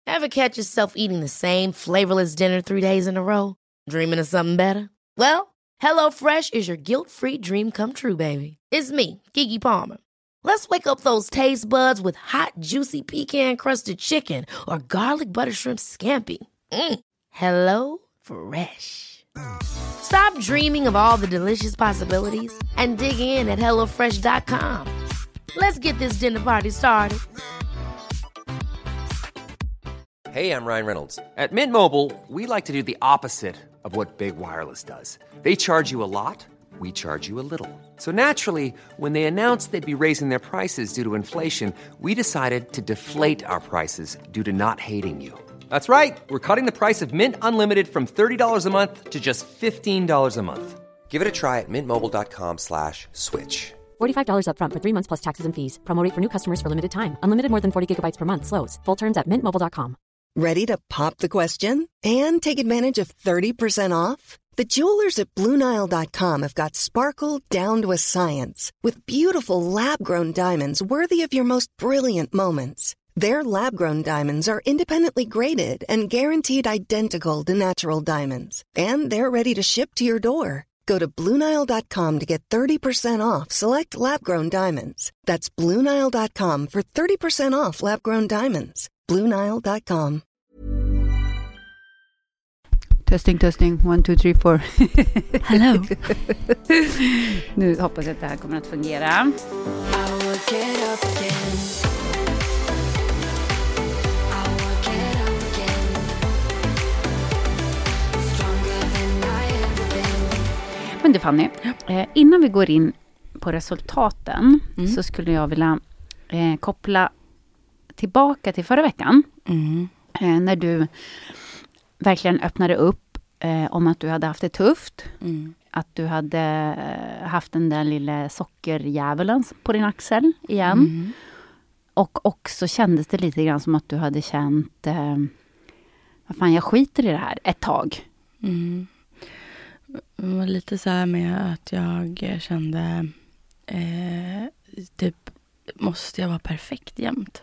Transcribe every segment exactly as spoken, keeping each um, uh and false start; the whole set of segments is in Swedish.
Ever catch yourself eating the same flavorless dinner three days in a row? Dreaming of something better? Well, HelloFresh is your guilt-free dream come true, baby. It's me, Keke Palmer. Let's wake up those taste buds with hot, juicy pecan-crusted chicken or garlic butter shrimp scampi. Mm. Hello Fresh. Stop dreaming of all the delicious possibilities and dig in at hello fresh dot com. Let's get this dinner party started. Hey, I'm Ryan Reynolds. At Mint Mobile, we like to do the opposite of what Big Wireless does. They charge you a lot, we charge you a little. So naturally, when they announced they'd be raising their prices due to inflation, we decided to deflate our prices due to not hating you. That's right. We're cutting the price of Mint Unlimited from thirty dollars a month to just fifteen dollars a month. Give it a try at mintmobile.com slash switch. forty-five dollars up front for three months plus taxes and fees. Promo rate for new customers for limited time. Unlimited more than forty gigabytes per month. Slows full terms at mint mobile dot com. Ready to pop the question and take advantage of thirty percent off? The jewelers at Blue Nile dot com have got sparkle down to a science with beautiful lab-grown diamonds worthy of your most brilliant moments. Their lab-grown diamonds are independently graded and guaranteed identical to natural diamonds. And they're ready to ship to your door. Go to Blue Nile dot com to get thirty percent off select lab-grown diamonds. That's Blue Nile dot com for thirty percent off lab-grown diamonds. Blue Nile dot com. Testing, testing. One, two, three, four. Hello. Nu hoppas jag att det här kommer att fungera. Men du Fanny, eh, innan vi går in på resultaten mm. så skulle jag vilja eh, koppla tillbaka till förra veckan. Mm. Eh, när du verkligen öppnade upp eh, om att du hade haft det tufft. Mm. Att du hade eh, haft den där lilla sockerjävulen på din axel igen. Mm. Och också kändes det lite grann som att du hade känt eh, vad fan, jag skiter i det här ett tag. Mm. Det var lite så här med att jag kände eh, typ, måste jag vara perfekt jämt?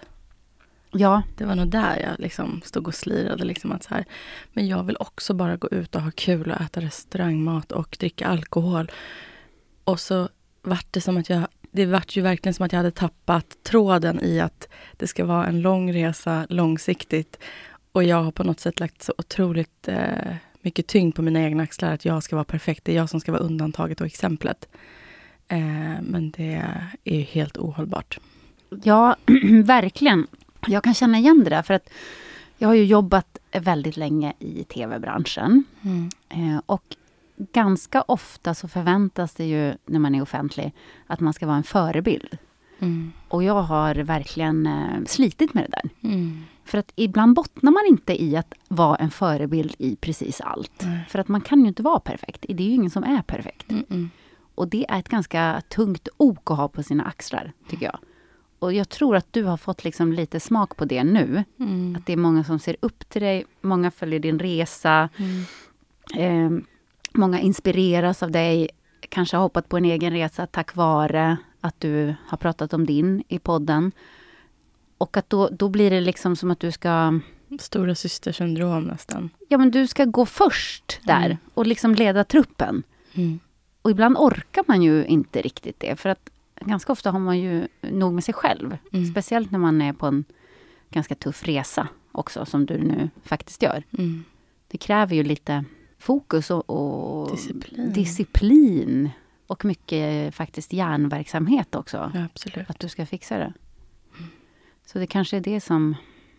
Ja. Det var nog där jag liksom stod och slirade. Liksom att så här, men jag vill också bara gå ut och ha kul och äta restaurangmat och dricka alkohol. Och så vart det som att jag, det vart ju verkligen som att jag hade tappat tråden i att det ska vara en lång resa långsiktigt. Och jag har på något sätt lagt så otroligt eh, mycket tyngd på mina egna axlar att jag ska vara perfekt. Det är jag som ska vara undantaget och exemplet. Eh, men det är ju helt ohållbart. Ja, verkligen. Jag kan känna igen det där för att jag har ju jobbat väldigt länge i tv-branschen. Mm. Eh, och ganska ofta så förväntas det ju när man är offentlig att man ska vara en förebild. Mm. Och jag har verkligen eh, slitit med det där. Mm. För att ibland bottnar man inte i att vara en förebild i precis allt. Mm. För att man kan ju inte vara perfekt. Det är ju ingen som är perfekt. Mm-mm. Och det är ett ganska tungt ok att ha på sina axlar, tycker jag. Och jag tror att du har fått liksom lite smak på det nu. Mm. Att det är många som ser upp till dig. Många följer din resa. Mm. Eh, många inspireras av dig. Kanske har hoppat på en egen resa tack vare att du har pratat om din i podden. Och att då, då blir det liksom som att du ska... Stora systersyndrom nästan. Ja, men du ska gå först där. Mm. Och liksom leda truppen. Mm. Och ibland orkar man ju inte riktigt det. För att ganska ofta har man ju nog med sig själv. Mm. Speciellt när man är på en ganska tuff resa också. Som du nu faktiskt gör. Mm. Det kräver ju lite fokus och, och disciplin. disciplin. Och mycket faktiskt hjärnverksamhet också. Ja, absolut. Att du ska fixa det. Mm. Så det kanske är det som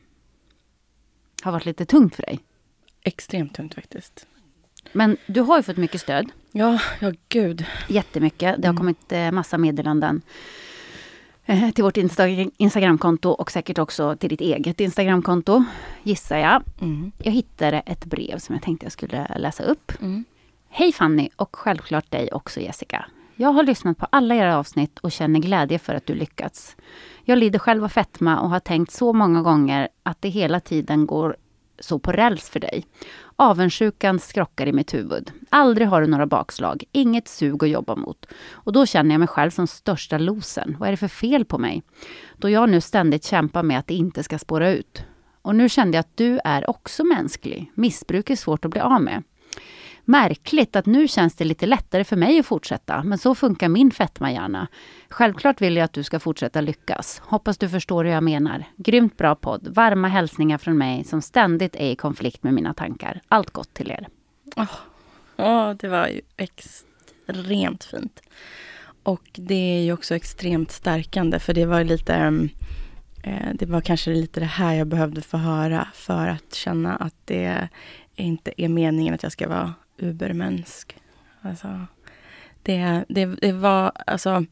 har varit lite tungt för dig. Extremt tungt faktiskt. Men du har ju fått mycket stöd. Ja, ja gud. Jättemycket. Det har kommit eh, massa meddelanden eh, till vårt Insta- Instagramkonto och säkert också till ditt eget Instagramkonto, gissar jag. Mm. Jag hittade ett brev som jag tänkte jag skulle läsa upp. Mm. Hej Fanny och självklart dig också Jessica. Jag har lyssnat på alla era avsnitt och känner glädje för att du lyckats. Jag lider själv av fetma och har tänkt så många gånger att det hela tiden går så på räls för dig. Avundsjukan skrockar i mitt huvud. Aldrig har du några bakslag. Inget sug att jobba mot. Och då känner jag mig själv som största losen. Vad är det för fel på mig? Då jag nu ständigt kämpar med att det inte ska spåra ut. Och nu kände jag att du är också mänsklig. Missbruk är svårt att bli av med. Märkligt att nu känns det lite lättare för mig att fortsätta. Men så funkar min fetmahjärna. Självklart vill jag att du ska fortsätta lyckas. Hoppas du förstår hur jag menar. Grymt bra podd. Varma hälsningar från mig som ständigt är i konflikt med mina tankar. Allt gott till er. Åh, oh. oh, det var ju extremt fint. Och det är ju också extremt stärkande. För det var lite... Eh, det var kanske lite det här jag behövde få höra. För att känna att det inte är meningen att jag ska vara ubermänsk. Alltså, det, det, det var, alltså,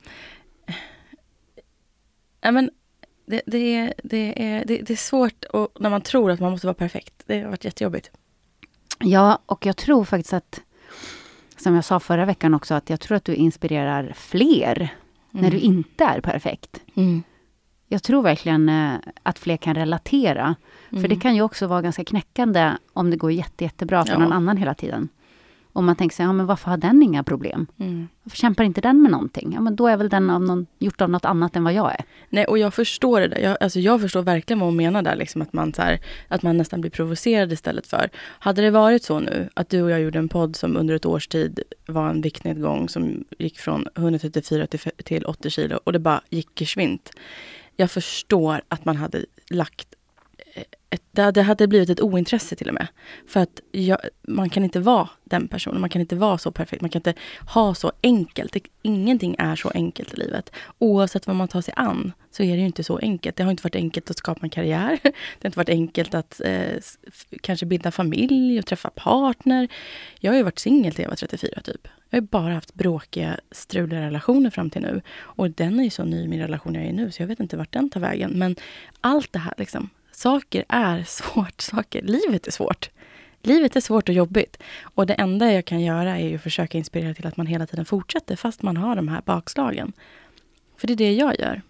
ja, men det, det, det, är, det, det är svårt och när man tror att man måste vara perfekt. Det har varit jättejobbigt. Ja, och jag tror faktiskt att, som jag sa förra veckan också, att jag tror att du inspirerar fler mm. när du inte är perfekt. Mm. Jag tror verkligen eh, att fler kan relatera. Mm. För det kan ju också vara ganska knäckande om det går jätte, jättebra för ja. någon annan hela tiden. Om man tänker sig, ja men varför har den inga problem? Mm. Varför kämpar inte den med någonting? Ja men då är väl den av någon, gjort av något annat än vad jag är. Nej, och jag förstår det där. Jag, alltså jag förstår verkligen vad hon menar där. Liksom att, man, så här, att man nästan blir provocerad istället för. Hade det varit så nu att du och jag gjorde en podd som under ett års tid var en viktnedgång som gick från hundratrettiofyra till, till åttio kilo och det bara gick i svint. Jag förstår att man hade lagt ett, det hade blivit ett ointresse till och med. För att jag, man kan inte vara den personen. Man kan inte vara så perfekt. Man kan inte ha så enkelt. Det, ingenting är så enkelt i livet. Oavsett vad man tar sig an så är det ju inte så enkelt. Det har inte varit enkelt att skapa en karriär. Det har inte varit enkelt att eh, kanske bilda familj och träffa partner. Jag har ju varit singel till jag var trettiofyra typ. Jag har ju bara haft bråkiga, struliga relationer fram till nu. Och den är ju så ny, min relation jag är i nu. Så jag vet inte vart den tar vägen. Men allt det här liksom. Saker är svårt. Saker. Livet är svårt. Livet är svårt och jobbigt. Och det enda jag kan göra är ju att försöka inspirera till att man hela tiden fortsätter. Fast man har de här bakslagen. För det är det jag gör.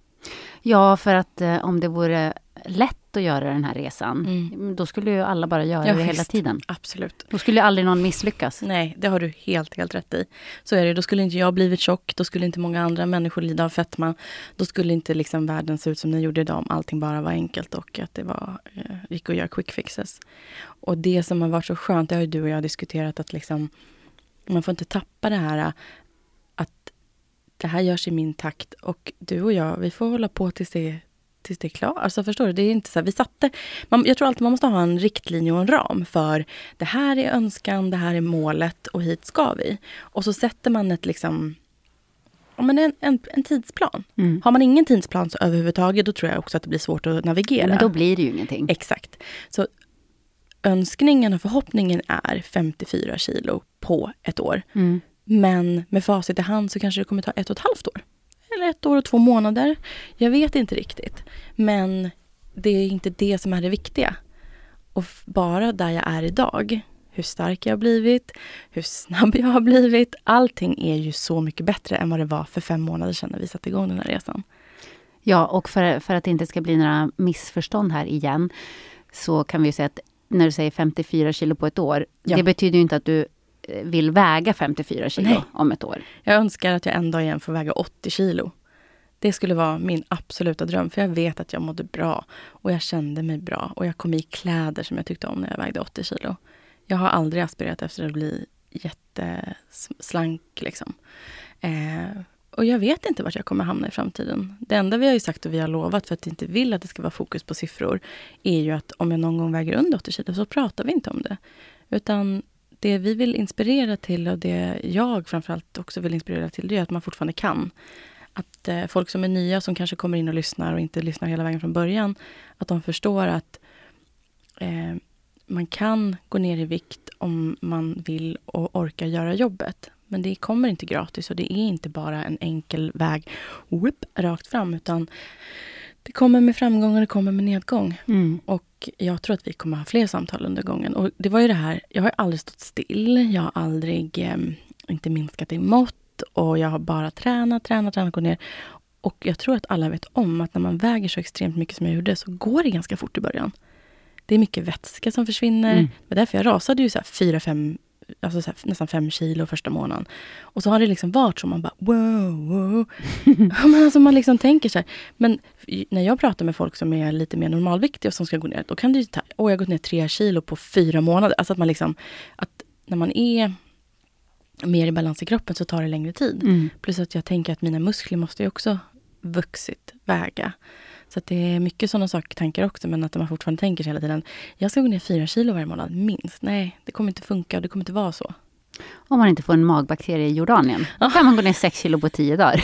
Ja, för att eh, om det vore lätt att göra den här resan. Mm. Då skulle ju alla bara göra ja, det hela visst. tiden. Absolut. Då skulle ju aldrig någon misslyckas. Nej, det har du helt, helt rätt i. Så är det. Då skulle inte jag blivit tjock. Då skulle inte många andra människor lida av fetma. Då skulle inte liksom världen se ut som den gjorde idag om allting bara var enkelt och att det var, eh, gick att göra quick fixes. Och det som har varit så skönt, det har ju du och jag diskuterat att liksom, man får inte tappa det här att det här görs i min takt och du och jag, vi får hålla på tills det tills det är klart. Alltså förstår du, det är inte så här, vi satte, man, jag tror alltid man måste ha en riktlinje och en ram för det här är önskan, det här är målet och hit ska vi. Och så sätter man ett liksom, ja, men en, en, en tidsplan. Mm. Har man ingen tidsplan så överhuvudtaget, då tror jag också att det blir svårt att navigera. Men då blir det ju ingenting. Exakt. Så önskningen och förhoppningen är femtiofyra kilo på ett år. Mm. Men med facit i hand så kanske det kommer ta ett och ett halvt år. Eller ett år och två månader. Jag vet inte riktigt. Men det är inte det som är det viktiga. Och bara där jag är idag. Hur stark jag har blivit. Hur snabb jag har blivit. Allting är ju så mycket bättre än vad det var för fem månader sedan när vi satte igång den här resan. Ja, och för, för att det inte ska bli några missförstånd här igen. Så kan vi ju säga att när du säger femtiofyra kilo på ett år. Ja. Det betyder ju inte att du vill väga femtiofyra kilo Nej. Om ett år. Jag önskar att jag en dag igen får väga åttio kilo. Det skulle vara min absoluta dröm. För jag vet att jag mådde bra. Och jag kände mig bra. Och jag kom i kläder som jag tyckte om när jag vägde åttio kilo. Jag har aldrig aspirerat efter att bli jätteslank liksom. Eh, och jag vet inte vart jag kommer hamna i framtiden. Det enda vi har ju sagt och vi har lovat för att vi inte vill att det ska vara fokus på siffror. Är ju att om jag någon gång väger under åttio kilo så pratar vi inte om det. Utan det vi vill inspirera till och det jag framförallt också vill inspirera till det är att man fortfarande kan. Att eh, folk som är nya som kanske kommer in och lyssnar och inte lyssnar hela vägen från början. Att de förstår att eh, man kan gå ner i vikt om man vill och orkar göra jobbet. Men det kommer inte gratis och det är inte bara en enkel väg whoop, rakt fram utan det kommer med framgång och det kommer med nedgång. Mm. Och jag tror att vi kommer ha fler samtal under gången. Och det var ju det här, jag har aldrig stått still. Jag har aldrig, eh, inte minskat i mått. Och jag har bara tränat, tränat, tränat, gått ner. Och jag tror att alla vet om att när man väger så extremt mycket som jag gjorde så går det ganska fort i början. Det är mycket vätska som försvinner. Mm. Det var därför jag rasade ju så här fyra, fem alltså så här, nästan fem kilo första månaden. Och så har det liksom varit så man bara wow, wow. Men alltså man liksom tänker så här. Men när jag pratar med folk som är lite mer normalviktiga och som ska gå ner, då kan det ju ta, åh jag har gått ner tre kilo på fyra månader. Alltså att man liksom, att när man är mer i balans i kroppen så tar det längre tid. Mm. Plus att jag tänker att mina muskler måste ju också vuxit, väga. Så att det är mycket sådana saker, tankar också, men att man fortfarande tänker sig hela tiden, jag ska gå ner fyra kilo varje månad, minst. Nej, det kommer inte funka och det kommer inte vara så. Om man inte får en magbakterie i Jordanien, då kan man gå ner sex kilo på tio dagar.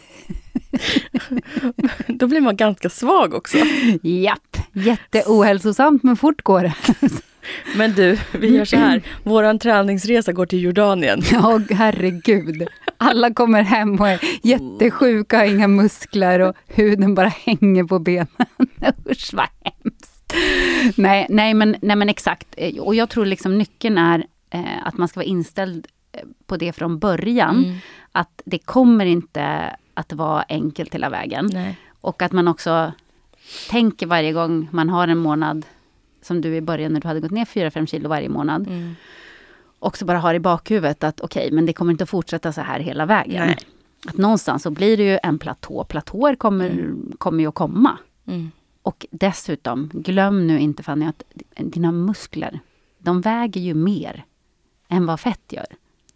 Då blir man ganska svag också. Japp, jätteohälsosamt, men fort går det. Men du, vi gör så här. Våran träningsresa går till Jordanien. Ja, herregud. Alla kommer hem och är jättesjuka, har inga muskler och huden bara hänger på benen. Usch, vad hemskt. Nej, nej, men, nej, men exakt. Och jag tror liksom nyckeln är eh, att man ska vara inställd på det från början. Mm. Att det kommer inte att vara enkelt hela vägen. Nej. Och att man också tänker varje gång man har en månad, som du i början när du hade gått ner fyra fem kilo varje månad. Mm. Också bara har i bakhuvudet att okej, okay, men det kommer inte att fortsätta så här hela vägen. Nej. Att någonstans så blir det ju en platå. Platåer kommer, mm. kommer ju att komma. Mm. Och dessutom, glöm nu inte Fanny att dina muskler, de väger ju mer än vad fett gör.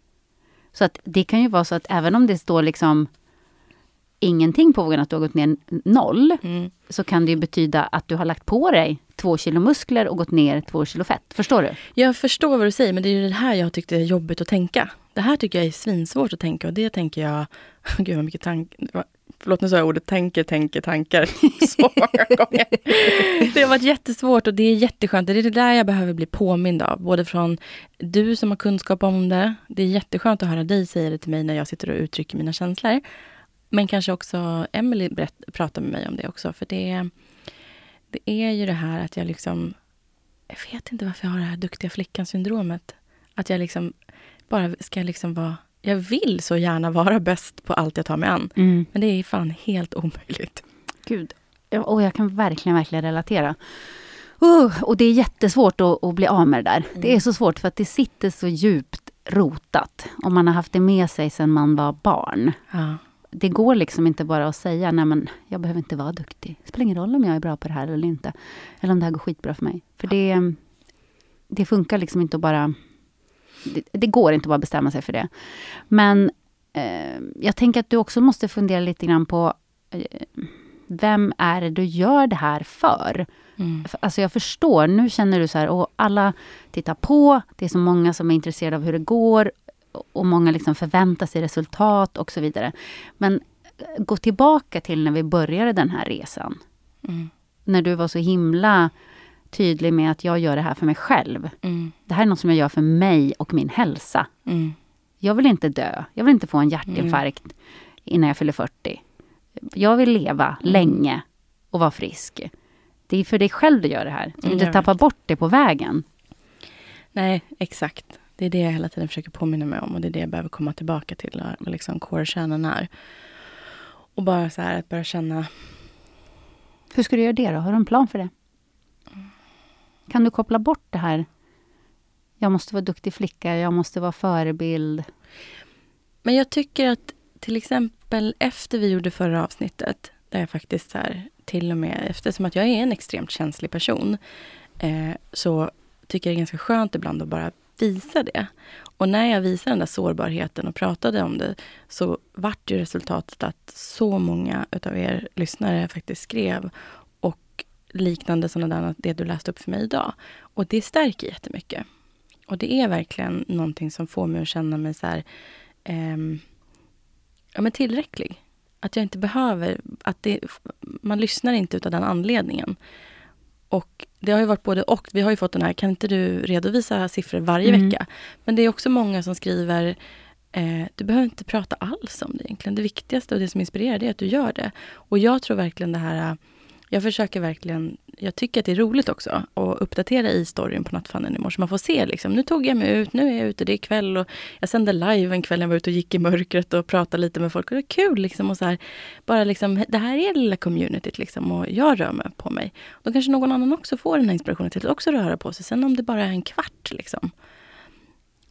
Så att det kan ju vara så att även om det står liksom ingenting på vågen att du har gått ner noll, mm. så kan det ju betyda att du har lagt på dig två kilo muskler och gått ner två kilo fett. Förstår du? Jag förstår vad du säger, men det är ju det här jag tyckte är jobbigt att tänka. Det här tycker jag är svinsvårt att tänka och det tänker jag, gud vad mycket tankar, förlåt nu sa jag ordet tänker, tänker, tankar så många gånger. Det har varit jättesvårt och det är jätteskönt. Det är det där jag behöver bli påmind av, både från du som har kunskap om det. Det är jätteskönt att höra dig säga det till mig när jag sitter och uttrycker mina känslor. Men kanske också Emily berätt, pratar med mig om det också. För det, det är ju det här att jag liksom, jag vet inte varför jag har det här duktiga flickan-syndromet. Att jag liksom bara ska liksom vara, jag vill så gärna vara bäst på allt jag tar mig an. Mm. Men det är fan helt omöjligt. Gud, och jag kan verkligen, verkligen relatera. Uh, och det är jättesvårt att, att bli av med det där. Mm. Det är så svårt för att det sitter så djupt rotat. Om man har haft det med sig sedan man var barn. Ja. Det går liksom inte bara att säga, nej men jag behöver inte vara duktig. Det spelar ingen roll om jag är bra på det här eller inte. Eller om det här går skitbra för mig. För det, det funkar liksom inte att bara, det, det går inte att bara bestämma sig för det. Men eh, jag tänker att du också måste fundera lite grann på eh, vem är det du gör det här för? Mm. Alltså jag förstår, nu känner du så här, och alla tittar på, det är så många som är intresserade av hur det går. Och många liksom förväntar sig resultat och så vidare. Men gå tillbaka till när vi började den här resan. Mm. När du var så himla tydlig med att jag gör det här för mig själv. Mm. Det här är något som jag gör för mig och min hälsa. Mm. Jag vill inte dö. Jag vill inte få en hjärtinfarkt mm. innan jag fyller fyrtio. Jag vill leva mm. länge och vara frisk. Det är för dig själv du gör det här. Så du inte tappar bort det på vägen. Nej, exakt. Det är det jag hela tiden försöker påminna mig om. Och det är det jag behöver komma tillbaka till. Vad liksom core-kärnan är. Och bara så här att bara känna. Hur ska du göra det då? Har du en plan för det? Kan du koppla bort det här? Jag måste vara duktig flicka. Jag måste vara förebild. Men jag tycker att till exempel efter vi gjorde förra avsnittet. Där jag faktiskt så här, till och med eftersom att jag är en extremt känslig person. Eh, så tycker jag det är ganska skönt ibland att bara visa det. Och när jag visade den där sårbarheten och pratade om det så vart ju resultatet att så många utav er lyssnare faktiskt skrev och liknande sådana där, det du läste upp för mig idag. Och det stärker jättemycket. Och det är verkligen någonting som får mig att känna mig så här eh, ja, men tillräcklig. Att jag inte behöver, att det, man lyssnar inte utav den anledningen. Och det har ju varit både och. Vi har ju fått den här, kan inte du redovisa siffror varje mm. vecka? Men det är också många som skriver, eh, du behöver inte prata alls om det egentligen. Det viktigaste och det som inspirerar det är att du gör det. Och jag tror verkligen det här, jag försöker verkligen, jag tycker att det är roligt också att uppdatera i storyn på Nattfanden imorgon. Så man får se liksom, nu tog jag mig ut, nu är jag ute, det är kväll och jag sände live en kväll när jag var ute och gick i mörkret och pratade lite med folk. Och det är kul liksom och så här, bara liksom, det här är det lilla communityt liksom och jag rör mig på mig. Då kanske någon annan också får den här inspirationen till att också röra på sig. Sen om det bara är en kvart liksom.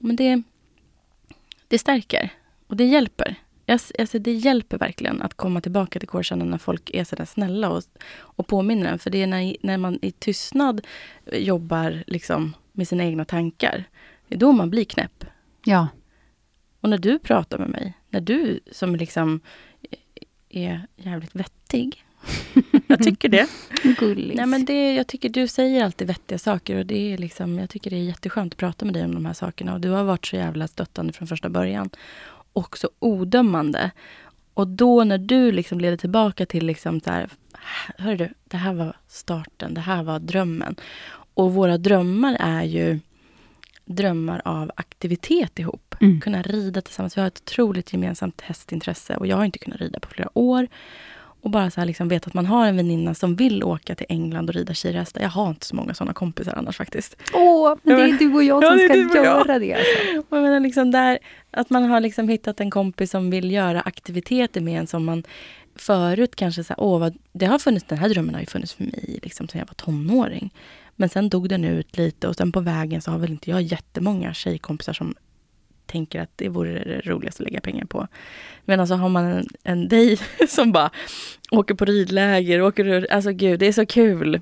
Men det, det stärker och det hjälper. Alltså det hjälper verkligen att komma tillbaka till kårkärnan när folk är så där snälla och, och påminner en. För det är när, när man i tystnad jobbar liksom med sina egna tankar. Det är då man blir knäpp. Ja. Och när du pratar med mig, när du som liksom är jävligt vettig. Jag tycker det. Gulligt. Nej, men det, jag tycker du säger alltid vettiga saker och det är liksom, jag tycker det är jätteskönt att prata med dig om de här sakerna. Och du har varit så jävla stöttande från första början. Och så odömande. Och då när du liksom leder tillbaka till liksom så här, hör du, det här var starten, det här var drömmen. Och våra drömmar är ju drömmar av aktivitet ihop. Mm. Kunna rida tillsammans. Vi har ett otroligt gemensamt hästintresse och jag har inte kunnat rida på flera år. Och bara så här liksom veta att man har en väninna som vill åka till England och rida kirhästar. Jag har inte så många sådana kompisar annars faktiskt. Åh, men det är du och jag som ja, ska göra det. Alltså. Och jag menar liksom där, att man har liksom hittat en kompis som vill göra aktiviteter med en som man förut kanske så här, åh, vad, det har funnits, den här drömmen har ju funnits för mig liksom sedan jag var tonåring. Men sen dog den ut lite och sen på vägen så har väl inte jag jättemånga tjejkompisar som tänker att det vore det roligaste att lägga pengar på. Men alltså har man en, en dig som bara åker på ridläger, åker, alltså gud, det är så kul.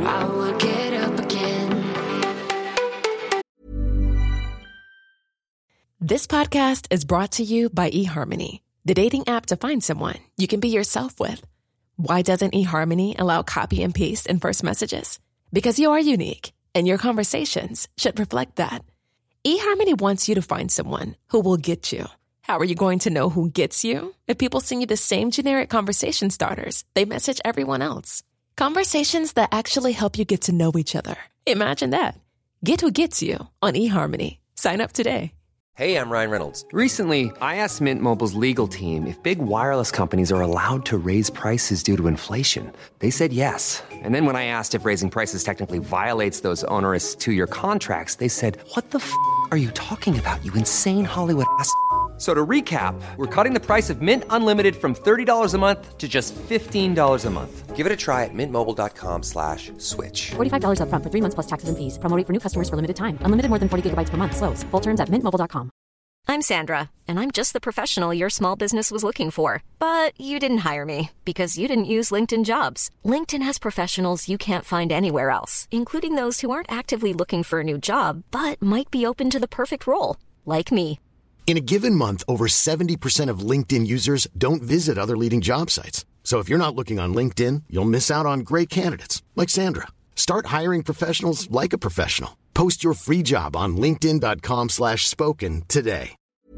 This podcast is brought to you by eHarmony, the dating app to find someone you can be yourself with. Why doesn't eHarmony allow copy and paste in first messages? Because you are unique, and your conversations should reflect that. eHarmony wants you to find someone who will get you. How are you going to know who gets you? If people send you the same generic conversation starters they message everyone else. Conversations that actually help you get to know each other. Imagine that. Get who gets you on eHarmony. Sign up today. Hey, I'm Ryan Reynolds. Recently, I asked Mint Mobile's legal team if big wireless companies are allowed to raise prices due to inflation. They said yes. And then when I asked if raising prices technically violates those onerous two-year contracts, they said, what the f*** are you talking about, you insane Hollywood ass f- So to recap, we're cutting the price of Mint Unlimited from thirty dollars a month to just fifteen dollars a month. Give it a try at mintmobile.com slash switch. forty-five dollars up front for three months plus taxes and fees. Promo rate for new customers for limited time. Unlimited more than forty gigabytes per month. Slows full terms at mint mobile dot com. I'm Sandra, and I'm just the professional your small business was looking for. But you didn't hire me because you didn't use LinkedIn Jobs. LinkedIn has professionals you can't find anywhere else, including those who aren't actively looking for a new job, but might be open to the perfect role, like me. In a given month, over seventy percent of LinkedIn users don't visit other leading job sites. So if you're not looking on LinkedIn, you'll miss out on great candidates like Sandra. Start hiring professionals like a professional. Post your free job on linkedin.com slash spoken today.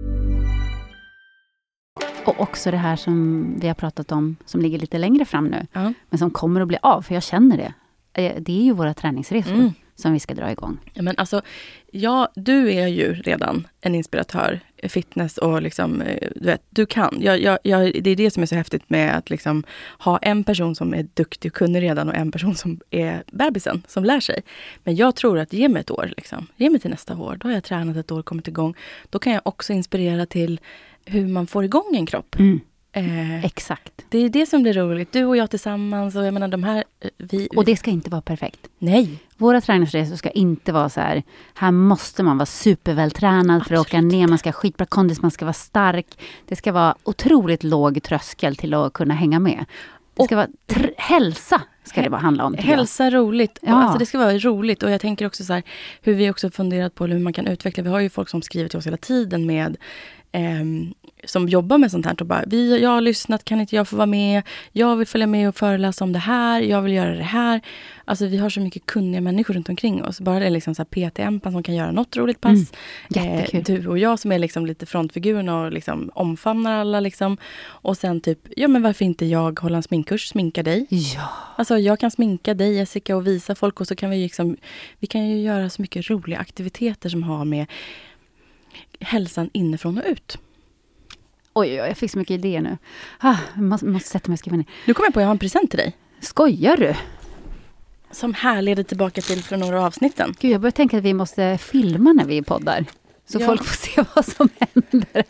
Och också det här som vi har pratat om, som ligger lite längre fram nu. Ja. Men som kommer att bli av, för jag känner det. Det är ju våra träningsresor mm. som vi ska dra igång. Ja, men alltså, ja, du är ju redan en inspiratör, fitness och liksom, du vet, du kan. Jag, jag, jag, det är det som är så häftigt med att liksom ha en person som är duktig och kunnig redan och en person som är bebisen, som lär sig. Men jag tror att ge mig ett år, liksom. Ge mig till nästa år. Då har jag tränat ett år, kommit igång. Då kan jag också inspirera till hur man får igång en kropp. Mm. Eh, Exakt. Det är det som blir roligt. Du och jag tillsammans och jag menar de här... Vi, och det ska inte vara perfekt. Nej. Våra träningsresor ska inte vara så här. Här måste man vara supervältränad. Absolut. För att åka ner. Man ska ha skitbra kondis. Man ska vara stark. Det ska vara otroligt låg tröskel till att kunna hänga med. Det ska och, vara tr- hälsa ska det bara handla om. Hälsa jag. roligt. Ja. Alltså det ska vara roligt. Och jag tänker också så här. Hur vi också funderat på hur man kan utveckla. Vi har ju folk som skriver till oss hela tiden med... Eh, som jobbar med sånt här och bara, vi, jag har lyssnat, kan inte jag få vara med? Jag vill följa med och föreläsa om det här. Jag vill göra det här. Alltså vi har så mycket kunniga människor runt omkring oss. Bara det är liksom så här P T-empan som kan göra något roligt pass. Mm. Jättekul. Eh, du och jag som är liksom lite frontfigurerna och liksom omfamnar alla liksom. Och sen typ, ja men varför inte jag hålla en sminkkurs, sminka dig? Ja. Alltså jag kan sminka dig, Jessica, och visa folk och så kan vi liksom, vi kan ju göra så mycket roliga aktiviteter som har med hälsan inifrån och ut. Oj, oj, jag fick så mycket idéer nu. Ah, jag måste, måste sätta mig och skriva ner. Nu kommer jag på att jag har en present till dig. Skojar du? Som här leder tillbaka till från några avsnitten. Gud, jag börjar tänka att vi måste filma när vi poddar. Så ja. Folk får se vad som händer.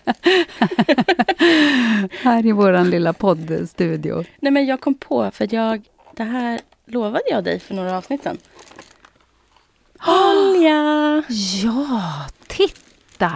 Här i våran lilla poddstudio. Nej, men jag kom på, för att jag, det här lovade jag dig för några avsnitten. Olja! Ja, titta! Titta!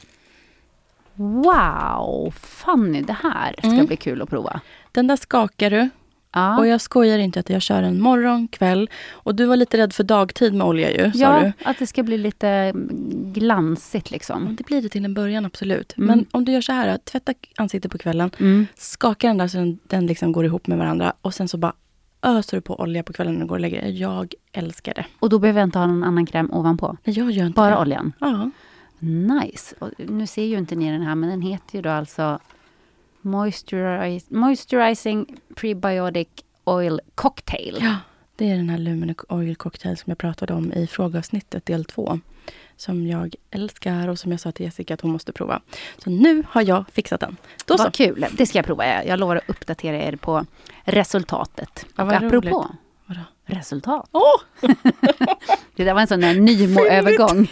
Wow! Fanny, det här ska Mm. bli kul att prova. Den där skakar du. Ja. Och jag skojar inte att jag kör en morgon, kväll. Och du var lite rädd för dagtid med olja ju, sa Ja, du. att det ska bli lite glansigt liksom. Det blir det till en början, absolut. Mm. Men om du gör så här, tvätta ansiktet på kvällen. Mm. Skaka den där så den, den liksom går ihop med varandra. Och sen så bara öser du på olja på kvällen när du går och lägger dig. Jag älskar det. Och då behöver jag inte ha någon annan kräm ovanpå. Nej, jag gör inte Bara det. oljan. Ja. Nice. Och nu ser ju inte ni den här, men den heter ju då alltså Moisturize, Moisturizing Prebiotic Oil Cocktail. Ja, det är den här Lumen Oil Cocktail som jag pratade om i frågeavsnittet del två. Som jag älskar och som jag sa till Jessica att hon måste prova. Så nu har jag fixat den. Då så. Vad kul. Det ska jag prova. Jag, jag lovar att uppdatera er på resultatet. Ja, och vad apropå roligt. Vadå? resultat. Åh! Det där var en sån där Nymo-övergång.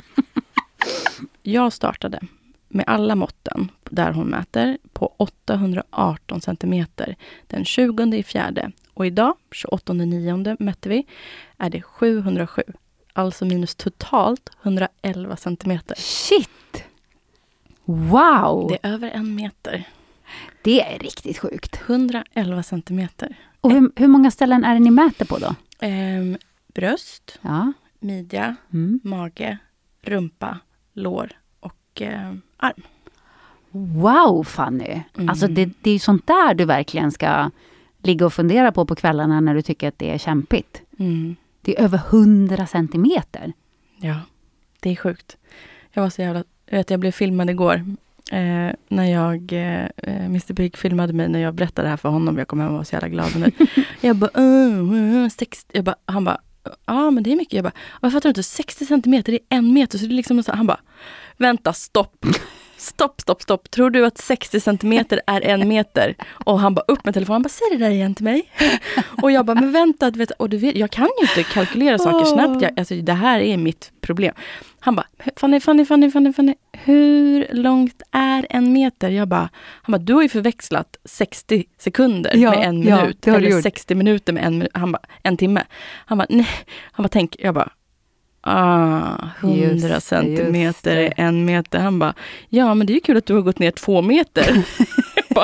Jag startade med alla måtten där hon mäter på åttahundraarton centimeter den tjugonde i fjärde. Och idag, tjugoåttonde nionde mätte vi, är det sjuhundrasju. Alltså minus totalt hundraelva centimeter. Shit! Wow! Det är över en meter. Det är riktigt sjukt. hundraelva centimeter. Och hur, hur många ställen är det ni mäter på då? Ehm, bröst, Ja. midja, Mm. mage, rumpa, lår och eh, arm. Wow, Fanny. Mm. Alltså det, det är ju sånt där du verkligen ska ligga och fundera på på kvällarna när du tycker att det är kämpigt. Mm. Det är över hundra centimeter. Ja, det är sjukt. Jag var så jävla... Jag vet, jag blev filmad igår. Eh, när jag... Eh, mister Big filmade mig när jag berättade det här för honom. Jag kom hem och var så jävla glad nu. jag bara... Uh, uh, sextio, jag bara han bara... Ja, men det är mycket. Jag bara... Jag fattar inte. sextio centimeter, det är en meter. Så det är liksom så, han bara... Vänta, stopp. Stopp, stopp, stopp. Tror du att sextio centimeter är en meter? Och han bara upp med telefonen. Han bara, säg det där igen till mig. Och jag bara, men vänta. Du vet, och du vet, jag kan ju inte kalkylera saker snabbt. Jag, alltså, det här är mitt problem. Han bara, Fanny, Fanny, Fanny, Fanny, Fanny. Hur långt är en meter? Jag bara, han bara, du har ju förväxlat sextio sekunder Ja, med en ja, minut. det har du eller gjort. sextio minuter med en minut. Han bara, en timme. Han bara, nej. Han bara, tänk. Jag bara, Ah, hundra Just det, centimeter just det. är en meter. Han bara, ja men det är ju kul att du har gått ner två meter. Jag bara,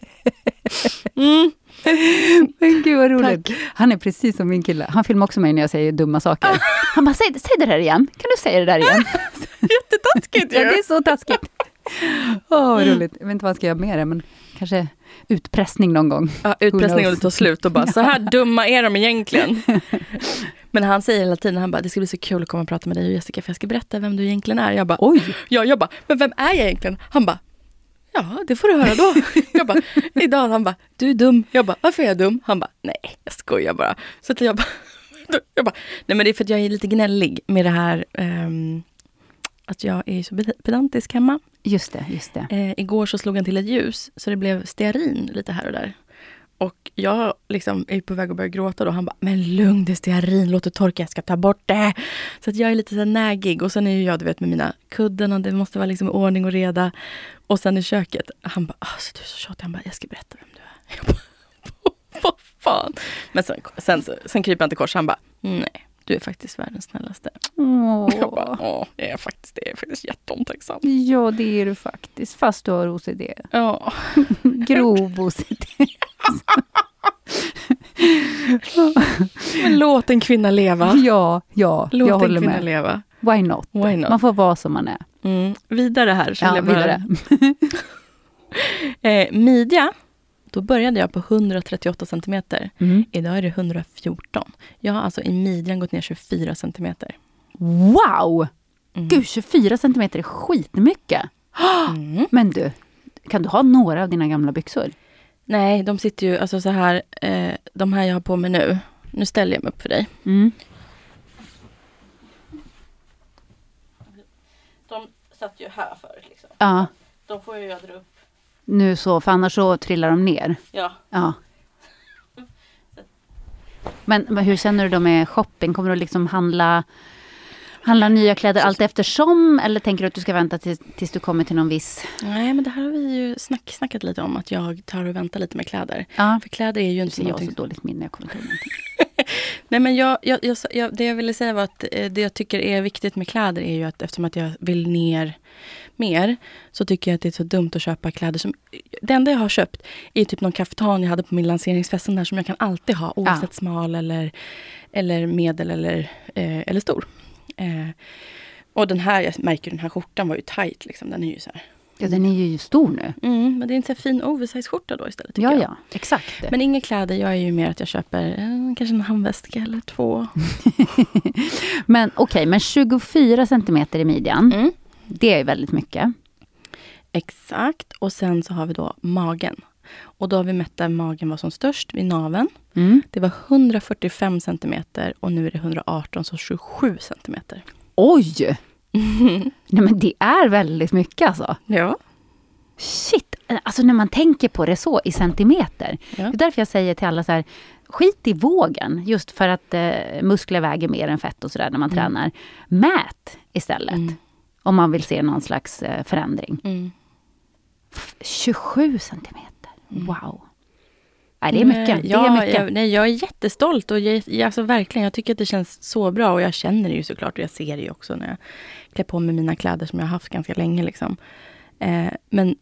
mm. Men gud vad roligt. Tack. Han är precis som min kille. Han filmar också mig när jag säger dumma saker. Han bara, säg, säg det där igen. Kan du säga det där igen? Jättetaskigt ju. Ja, det är så taskigt. Åh, vad roligt. Jag vet inte vad jag ska göra med det, men kanske utpressning någon gång. Ja, utpressning Who och det tar slut och bara, så här dumma är de egentligen. Men han säger hela tiden, han bara, det ska bli så kul att komma och prata med dig och Jessica, för jag ska berätta vem du egentligen är. Jag bara, Oj! Ja, jag bara, men vem är jag egentligen? Han bara, ja, det får du höra då. Jag bara, idag, han bara, du är dum. Jag bara, varför är jag dum? Han bara, nej, jag skojar bara. Så att jag bara, jag bara, nej men det är för att jag är lite gnällig med det här, um, att jag är så pedantisk hemma. Just det, just det. Eh, igår så slog han till ett ljus, så det blev stearin lite här och där. Och jag liksom är på väg att börja gråta då. Han bara, men lugn, det är stearin, låt det torka, jag ska ta bort det. Så att jag är lite så här nägig. Och sen är ju jag, du vet, med mina kudden och det måste vara liksom ordning och reda. Och sen i köket, han bara, alltså du är så tjatig. Han bara, jag ska berätta vem du är. Jag bara, vad fan. Men sen, sen, sen kryper han till kors, han bara, nej, du är faktiskt världens snällaste. Åh. Jag bara, åh, jag är faktiskt, det är faktiskt jätteomtänksam. Ja, det är du faktiskt. Fast du har O C D. Ja. Grov O C D. Men låt en kvinna leva. Ja, ja, Låt jag en håller kvinna med. leva. Why not? Why not? Man får vara som man är. Mm. Vidare här. Så Ja, jag bara, vidare. eh, midja, då började jag på hundratrettioåtta centimeter. Mm. Idag är det hundrafjorton. Jag har alltså i midjan gått ner tjugofyra centimeter. Wow! Mm. Gud, tjugofyra centimeter är skitmycket. Mm. Men du, kan du ha några av dina gamla byxor? Nej, de sitter ju, alltså så här, eh, de här jag har på mig nu. Nu ställer jag mig upp för dig. Mm. De satt ju här förut liksom. Ja, De får ju jag dra upp. nu så, för annars så trillar de ner. Ja. Ja. Men, men hur känner du då med shopping? Kommer du liksom handla, handla nya kläder allt eftersom? Eller tänker du att du ska vänta tills, tills du kommer till någon viss... Nej, men det här har vi ju snack, snackat lite om. Att jag tar och väntar lite med kläder. Ja. För kläder är ju Du inte ser jag har någonting... så dåligt minne, jag kommer inte ihåg någonting. Nej, men jag, jag, jag, jag, det jag ville säga var att det jag tycker är viktigt med kläder är ju att eftersom att jag vill ner mer, så tycker jag att det är så dumt att köpa kläder som... Det enda jag har köpt är typ någon kaftan jag hade på min lanseringsfest där som jag kan alltid ha, oavsett ja. smal eller, eller medel eller, eh, eller stor. Eh, och den här, jag märker den här skjortan var ju tight liksom, den är ju så här... Ja, den är ju stor nu. Mm, men det är inte så fin oversize-skjorta då istället, ja, jag. Ja, exakt. Men inga kläder, jag är ju mer att jag köper eh, kanske en handväska eller två. Men okej, okay, men tjugofyra centimeter i midjan, mm. det är väldigt mycket. Exakt, och sen så har vi då magen. Och då har vi mätt där magen var som störst vid naveln. Mm. Det var hundrafyrtiofem centimeter och nu är det hundraarton, så tjugosju centimeter. Oj! Nej, men det är väldigt mycket alltså. Ja. Shit, alltså när man tänker på det så i centimeter. Ja. Det är därför jag säger till alla så här, skit i vågen. Just för att eh, muskler väger mer än fett och sådär när man mm. tränar. Mät istället. Mm. Om man vill se någon slags eh, förändring. Mm. tjugosju centimeter. Wow. Nej, det är mycket. Det ja, är mycket. Jag, nej, jag är jättestolt och jag, jag, alltså, verkligen, jag tycker att det känns så bra och jag känner det ju såklart och jag ser det ju också när jag klär på mig mina kläder som jag har haft ganska länge liksom. Eh, men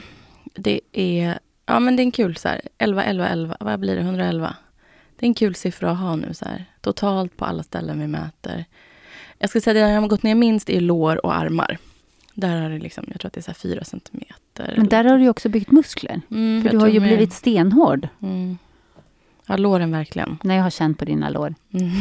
det är, ja men det är en kul så här, elva, elva, elva, vad blir det, hundraelva? Det är en kul siffra att ha nu så här, totalt på alla ställen vi mäter. Jag ska säga att det jag har gått ner minst är lår och armar. Där har det liksom, jag tror att det är så här fyra centimeter. Men där har du ju också byggt muskler. Mm, för du har ju blivit med. stenhård. Mm. Ja, låren verkligen. Nej, jag har känt på dina lår.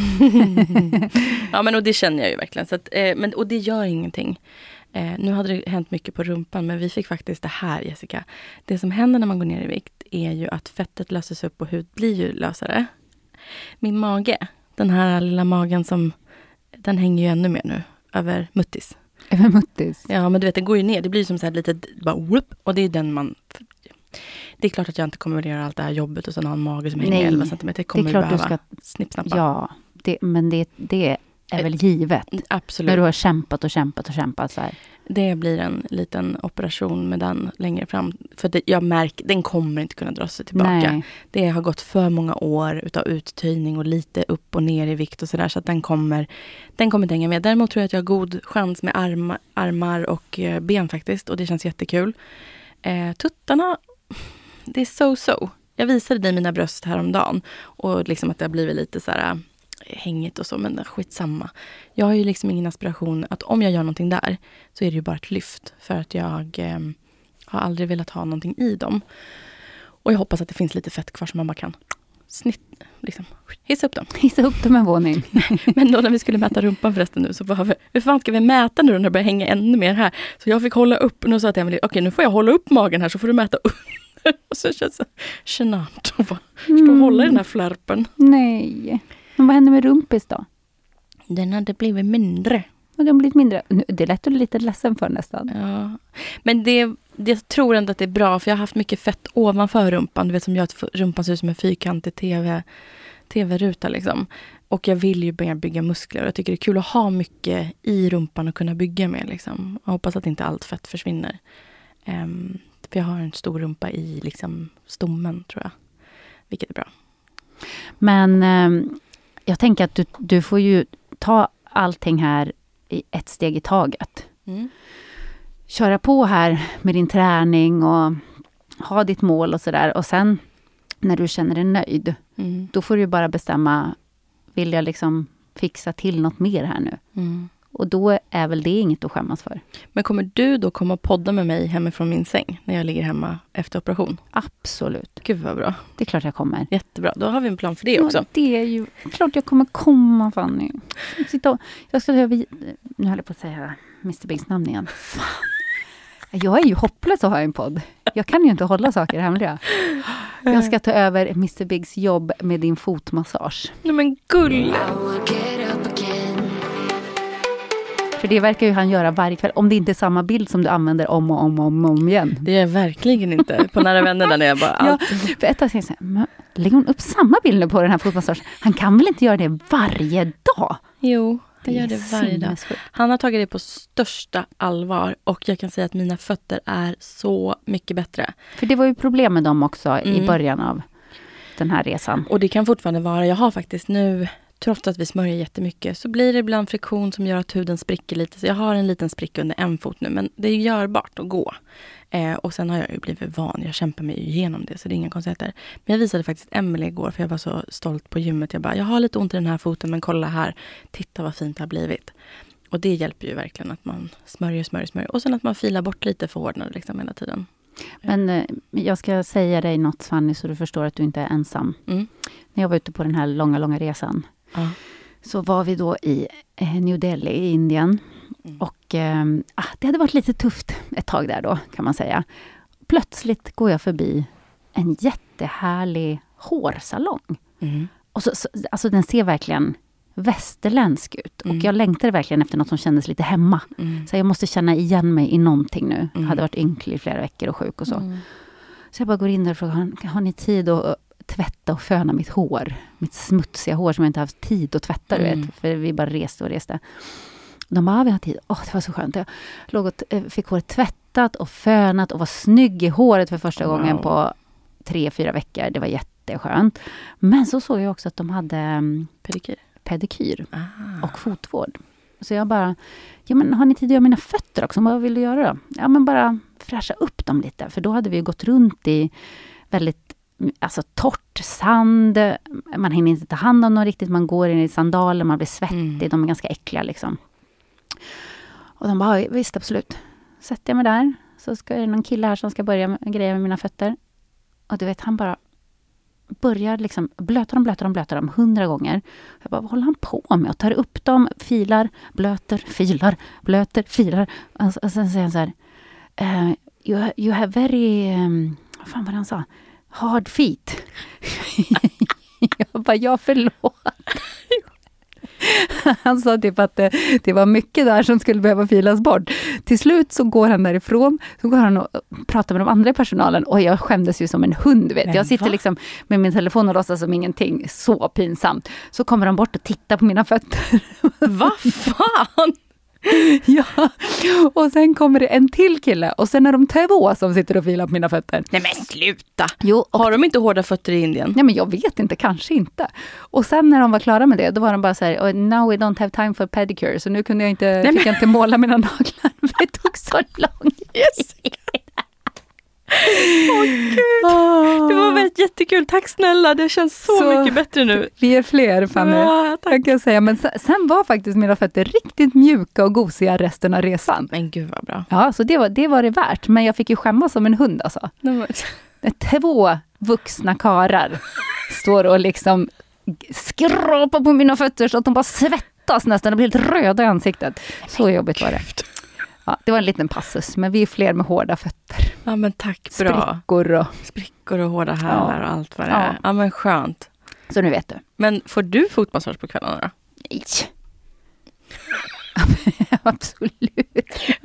Mm. Ja, men och det känner jag ju verkligen. Så att, eh, men, och det gör ingenting. Eh, nu hade det hänt mycket på rumpan, men vi fick faktiskt det här, Jessica. Det som händer när man går ner i vikt är ju att fettet löses upp och hud blir ju lösare. Min mage, den här lilla magen som, den hänger ju ännu mer nu över muttis. Över muttis? Ja, men du vet, det går ju ner. Det blir som så här lite, bara whoop, och det är den man... Det är klart att jag inte kommer att göra allt det här jobbet och sen ha en mage som hänger Nej, elva centimeter. Det kommer det är klart behöva du ska snippsnappa. Ja, det, men det, det är väl givet. Absolut. När du har kämpat och kämpat och kämpat så här. Det blir en liten operation med den längre fram. För det, jag märker, den kommer inte kunna dra sig tillbaka. Nej. Det har gått för många år utav uttöjning och lite upp och ner i vikt och sådär. Så att den kommer, den kommer hänga med. Däremot tror jag att jag har god chans med arma, armar och eh, ben faktiskt. Och det känns jättekul. Eh, tuttarna, det är so-so. Jag visade dig mina bröst häromdagen. Och liksom att det har blivit lite så här... hängigt och så, men skitsamma. Jag har ju liksom ingen aspiration att om jag gör någonting där så är det ju bara ett lyft för att jag eh, har aldrig velat ha någonting i dem. Och jag hoppas att det finns lite fett kvar som man bara kan snitt, liksom, hissa upp dem. Hissa upp dem en våning. Men då när vi skulle mäta rumpan förresten nu så var vi, hur fan ska vi mäta nu när det börjar hänga ännu mer här? Så jag fick hålla upp, och nu sa jag till Emelie, okej, nu får jag hålla upp magen här så får du mäta upp. Och så känns det genant att bara stå och hålla i den här flärpen. Nej. Men vad händer med rumpis då? Den hade blivit mindre. Och den har blivit mindre. Det lät du lite ledsen för nästan. Ja. Men det, det jag tror ändå att det är bra. För jag har haft mycket fett ovanför rumpan. Du vet, som gör att rumpan ser ut som en fyrkantig tv, tv-ruta liksom. Och jag vill ju börja bygga muskler. Jag tycker det är kul att ha mycket i rumpan och kunna bygga med. Liksom. Jag hoppas att inte allt fett försvinner. Um, för jag har en stor rumpa i liksom, stommen, tror jag. Vilket är bra. Men... Um... Jag tänker att du, du får ju ta allting här i ett steg i taget. Mm. Köra på här med din träning och ha ditt mål och sådär. Och sen när du känner dig nöjd, mm. då får du ju bara bestämma, vill jag liksom fixa till något mer här nu? Mm. Och då är väl det inget att skämmas för. Men kommer du då komma och podda med mig hemifrån min säng när jag ligger hemma efter operation? Absolut. Gud vad bra. Det är klart jag kommer. Jättebra, då har vi en plan för det också. Ja, det är ju klart jag kommer komma, Fanny. Sitta och, jag ska över, nu håller jag på att säga mister Biggs namn igen. Fan. Jag är ju hopplös att ha en podd. Jag kan ju inte hålla saker hemliga. Jag ska ta över mister Biggs jobb med din fotmassage. Nej men gull! För det verkar ju han göra varje kväll. Om det inte är samma bild som du använder om och om och om, om igen. Det är verkligen inte. På Nära vänner där när jag bara... Ja, för ett tag säger jag, lägger hon upp samma bild nu på den här fotmassagen? Han kan väl inte göra det varje dag? Jo, han gör det varje dag. Han har tagit det på största allvar. Och jag kan säga att mina fötter är så mycket bättre. För det var ju problem med dem också mm. i början av den här resan. Och det kan fortfarande vara. Jag har faktiskt nu trots att vi smörjer jättemycket så blir det ibland friktion som gör att huden spricker lite. Så jag har en liten spricka under en fot nu, men det är görbart att gå. Eh, och sen har jag ju blivit van, jag kämpar mig igenom det så det är inga konstigheter. Men jag visade faktiskt Emily igår för jag var så stolt på gymmet. Jag bara, jag har lite ont i den här foten men kolla här, titta vad fint det har blivit. Och det hjälper ju verkligen att man smörjer, smörjer, smörjer. Och sen att man filar bort lite förhårdnader liksom hela tiden. Men eh, jag ska säga dig något, Fanny, så du förstår att du inte är ensam. Mm. När jag var ute på den här långa, långa resan Ja. så var vi då i eh, New Delhi i Indien. Mm. Och eh, ah, det hade varit lite tufft ett tag där då, kan man säga. Plötsligt går jag förbi en jättehärlig hårsalong. Mm. Och så, så, alltså den ser verkligen västerländsk ut. Mm. Och jag längtade verkligen efter något som kändes lite hemma. Mm. Så jag måste känna igen mig i någonting nu. Mm. Jag hade varit ynklig i flera veckor och sjuk och så. Mm. Så jag bara går in där och frågar, har, har ni tid att tvätta och föna mitt hår? Mitt smutsiga hår som jag inte haft tid att tvätta, du Mm. vet. För vi bara reste och reste. De bara, ja, vi har tid. Åh, det var så skönt. Jag låg och t- fick håret tvättat och fönat och var snygg i håret för första Wow. gången på tre, fyra veckor. Det var jätteskönt. Men så såg jag också att de hade um, Pedikyr. pedikyr Ah. och fotvård. Så jag bara, ja men har ni tid att göra mina fötter också? Vad vill du göra då? Ja men bara fräscha upp dem lite. För då hade vi ju gått runt i väldigt alltså torrt sand. Man hinner inte ta hand om dem riktigt. Man går in i sandaler, man blir svettig. Mm. De är ganska äckliga liksom. Och de bara, visst absolut. Sätter jag mig där. Så ska det någon kille här som ska börja med, greja med mina fötter. Och du vet, han bara börjar liksom blöta dem, blöta dem, blöta dem hundra gånger. Jag bara, vad håller han på med? Och tar upp dem, filar, blöter, filar, blöter, filar. Och, och sen säger han så här, uh, you, you have very, um, vad fan var det han sa? Hard feet. Jag bara, ja förlåt. Han sa typ att det, det var mycket där som skulle behöva filas bort. Till slut så går han därifrån. Så går han och pratar med de andra i personalen. Och jag skämdes ju som en hund, vet. Men jag sitter va? liksom med min telefon och låtsas som ingenting. Så pinsamt. Så kommer de bort och tittar på mina fötter. Vad fan? Ja, och sen kommer det en till kille. Och sen är de två som sitter och filar på mina fötter. Nej men sluta! Jo, och Har de inte hårda fötter i Indien? nej men jag vet inte, kanske inte. Och sen när de var klara med det, då var de bara så här, oh, now we don't have time for pedicure. Så nu kunde jag inte, Nej, fick jag inte måla mina naglar. För det tog så lång tid. Yes. Åh gud! Det var väl jättekul, tack snälla. Det känns så, Så- mycket bättre nu. Vi är fler, Fanny. Ja, tack. Jag kan säga. Men sen, sen var faktiskt mina fötter riktigt mjuka och gosiga resten av resan. Men gud vad bra. Ja, så det var det, var det värt. Men jag fick ju skämmas som en hund alltså. Nej, men- Två vuxna karar står och liksom skrapar på mina fötter så att de bara svettas nästan. De blir helt röda i ansiktet. Så jobbigt var det. Ja, det var en liten passus, men vi är fler med hårda fötter. Ja men tack, bra. Sprickor och... Sprickor och hårda hälar Ja. och allt vad det Ja. är. Ja men skönt. Så nu vet du. Men får du fotmassage på kvällarna då? Nej. Absolut.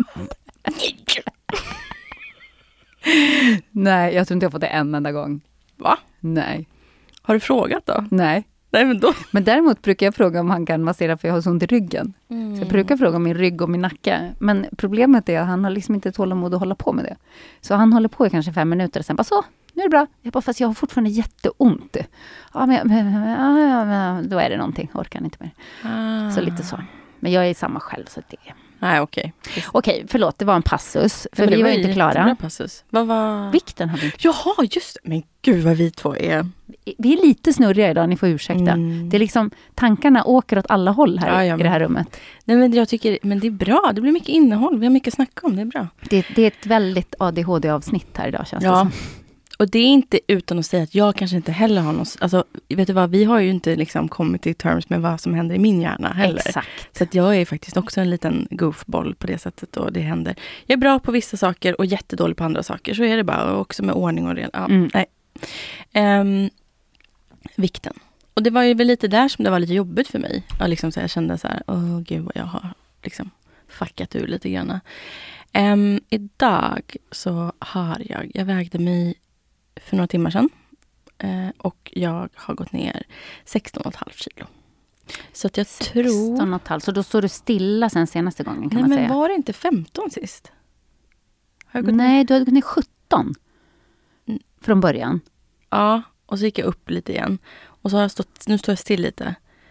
Nej, jag tror inte jag fått det en enda gång. Va? Nej, Har du frågat då? nej. Nej men då. Men däremot brukar jag fråga om han kan massera för jag har så ont i ryggen. Så jag brukar fråga om min rygg och min nacke. Men problemet är att han har liksom inte tålamod att hålla på med det. Så han håller på i kanske fem minuter och sen bara så, nu är det bra. Jag bara, fast jag har fortfarande jätteont. Ja, men, men, ja, ja, men då är det någonting. Jag orkar inte mer. Ah. Så lite så. Men jag är samma själv så det är... Nej okej. Okej, förlåt, det var en passus. För Men det vi var ju inte jättebra klara. passus. Vad var... Vikten har vi inte. Jaha, just det. Men gud vad vi två är. Vi är lite snurriga idag, ni får ursäkta. Mm. Det är liksom, tankarna åker åt alla håll här Ja, ja, i det här rummet. Nej men jag tycker, men det är bra. Det blir mycket innehåll. Vi har mycket att snacka om. Det är bra. Det, det är ett väldigt A D H D-avsnitt här idag, känns det Ja. som. Och det är inte utan att säga att jag kanske inte heller har någon... Alltså, vet du vad? Vi har ju inte liksom kommit till terms med vad som händer i min hjärna heller. Exakt. Så att jag är faktiskt också en liten goofball på det sättet. Och det händer. Jag är bra på vissa saker och jättedålig på andra saker. Så är det bara. Och också med ordning och reda. Ja, Mm. nej. Ehm, vikten. Och det var ju väl lite där som det var lite jobbigt för mig. Jag, liksom, så jag kände så här, åh gud vad jag har liksom fuckat ur lite grann. Um, idag så har jag, jag vägde mig för några timmar sedan. Uh, och jag har gått ner sexton komma fem kilo. Så att jag tror... sexton och ett halvt. Så då står du stilla sen senaste gången, kan Nej man men säga. var det inte femton sist? Har jag gått Nej, ner? du hade gått ner sjutton. Mm. Från början. Ja, och så gick jag upp lite igen. Och så har jag stått, nu står jag still lite.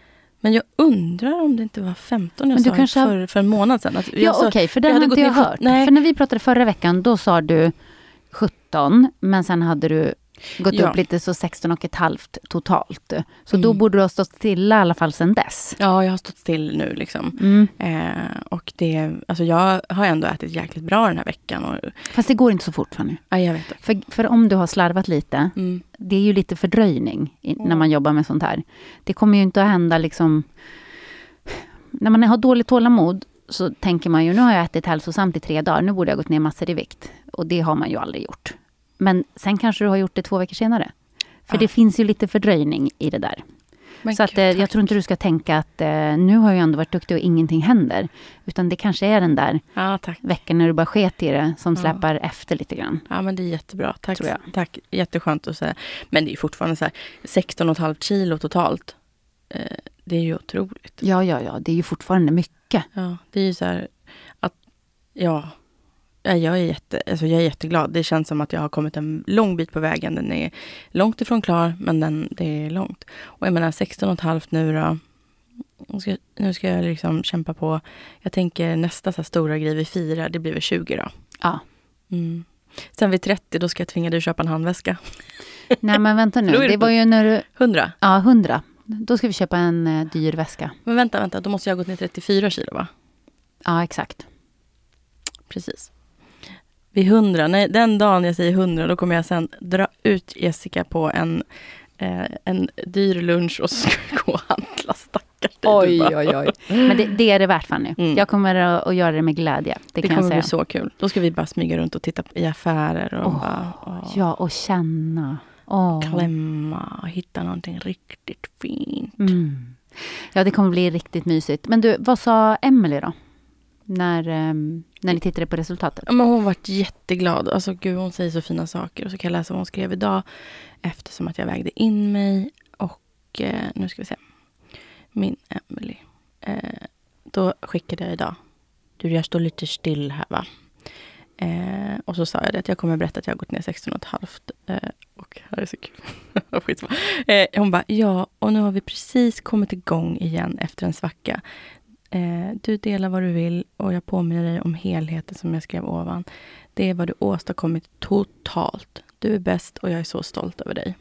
Men jag undrar om det inte var femton jag Men du sa kanske har... för, för en månad sedan. Att ja, okej, okay, för den hade inte jag hört. Nej. För när vi pratade förra veckan, då sa du sjutton, men sen hade du gått ja. upp lite så sexton och ett halvt totalt. Så mm. då borde du ha stått stilla i alla fall sedan dess. Ja, jag har stått still nu liksom. Mm. Eh, och det, alltså jag har ändå ätit jäkligt bra den här veckan. Och... Fast det går inte så fort för nu. Ja, jag vet det. För, för om du har slarvat lite, mm. det är ju lite fördröjning i, när man jobbar med sånt här. Det kommer ju inte att hända liksom... När man har dåligt tålamod så tänker man ju, nu har jag ätit hälsosamt i tre dagar, nu borde jag gått ner massor i vikt. Och det har man ju aldrig gjort. Men sen kanske du har gjort det två veckor senare. För ah. det finns ju lite fördröjning i det där. Men så att, Gud, jag tror inte du ska tänka att eh, nu har jag ändå varit duktig och ingenting händer. Utan det kanske är den där ah, tack. veckan när du bara sket i det som släpar ah. efter lite grann. Ja, men det är jättebra. Tack, tror jag. Tack. Jätteskönt att säga. Men det är fortfarande så här sexton komma fem kilo totalt. Eh, det är ju otroligt. Ja, ja, ja. Det är ju fortfarande mycket. Ja, det är ju så här att, ja... Jag är, jätte, alltså jag är jätteglad. Det känns som att jag har kommit en lång bit på vägen. Den är långt ifrån klar, men den, det är långt. Och jag menar sexton komma fem nu då. Nu ska, nu ska jag liksom kämpa på. Jag tänker nästa så här stora grej vi firar, det blir väl tjugo då. Ja. Mm. Sen vid trettio, då ska jag tvinga dig att köpa en handväska. Nej, men vänta nu. Det, det var ju när du... hundra? Ja, hundra. Då ska vi köpa en uh, dyr väska. Men vänta, vänta. Då måste jag ha gått ner trettiofyra kilo, va? Ja, exakt. Precis. Vid hundra, nej, den dagen jag säger hundra, då kommer jag sen dra ut Jessica på en, eh, en dyr lunch och så ska vi gå och handla, stackars dig. Oj, oj, oj. Men det, det är det värt, Fanny. Mm. Jag kommer att, att göra det med glädje. Det, det kan kommer jag säga. Bli så kul. Då ska vi bara smyga runt och titta i affärer. Och oh, bara, oh. Ja, och känna. Oh. Klämma och hitta någonting riktigt fint. Mm. Ja, det kommer bli riktigt mysigt. Men du, vad sa Emily då? När, um, när ni tittade på resultatet? Men hon var jätteglad. Alltså gud, hon säger så fina saker. Och så kan jag läsa vad hon skrev idag. Eftersom att jag vägde in mig. Och eh, nu ska vi se. Min Emily. Eh, då skickade jag idag. Du, jag står lite still här, va? Eh, och så sa jag det att jag kommer berätta att jag har gått ner sexton komma fem. Eh, och här är så kul. eh, hon bara, ja, och nu har vi precis kommit igång igen efter en svacka. Eh, du delar vad du vill och jag påminner dig om helheten som jag skrev ovan. Det är vad du åstadkommit totalt. Du är bäst och jag är så stolt över dig.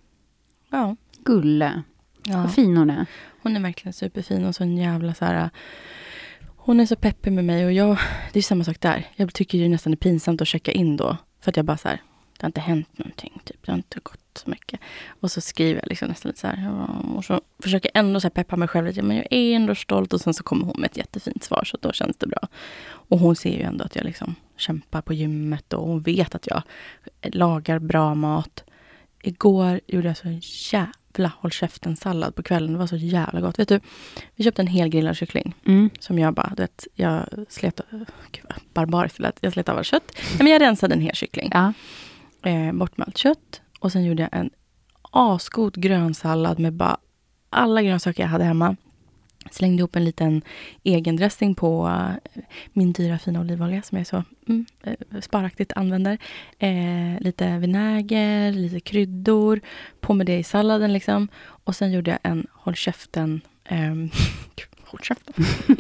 Ja. Gulle. Ja. Vad fin hon är. Hon är verkligen superfin och så en jävla så här... Hon är så peppig med mig och jag... Det är samma sak där. Jag tycker det är nästan pinsamt att checka in då. För att jag bara så här... Det har inte hänt någonting. Typ. Det har inte gått så mycket. Och så skriver jag liksom nästan lite så här. Och så försöker jag ändå så här peppa mig själv lite. Men jag är ändå stolt. Och sen så kommer hon med ett jättefint svar. Så då känns det bra. Och hon ser ju ändå att jag liksom kämpar på gymmet. Och hon vet att jag lagar bra mat. Igår gjorde jag så en jävla håll käften sallad på kvällen. Det var så jävla gott. Vet du, vi köpte en hel grillad kyckling. Mm. Som jag bara, du vet, jag slet av, gud vad barbariskt det lät. Jag slet av all kött. Men jag rensade en hel kyckling. Ja. Eh, bort med allt kött. Och sen gjorde jag en asgod grönsallad med bara alla grönsaker jag hade hemma. Slängde ihop en liten egen dressing på uh, min dyra fina olivolja som jag så mm, uh, sparaktigt använder. Eh, lite vinäger, lite kryddor. På med det i salladen liksom. Och sen gjorde jag en håll käften... Um, håll käften.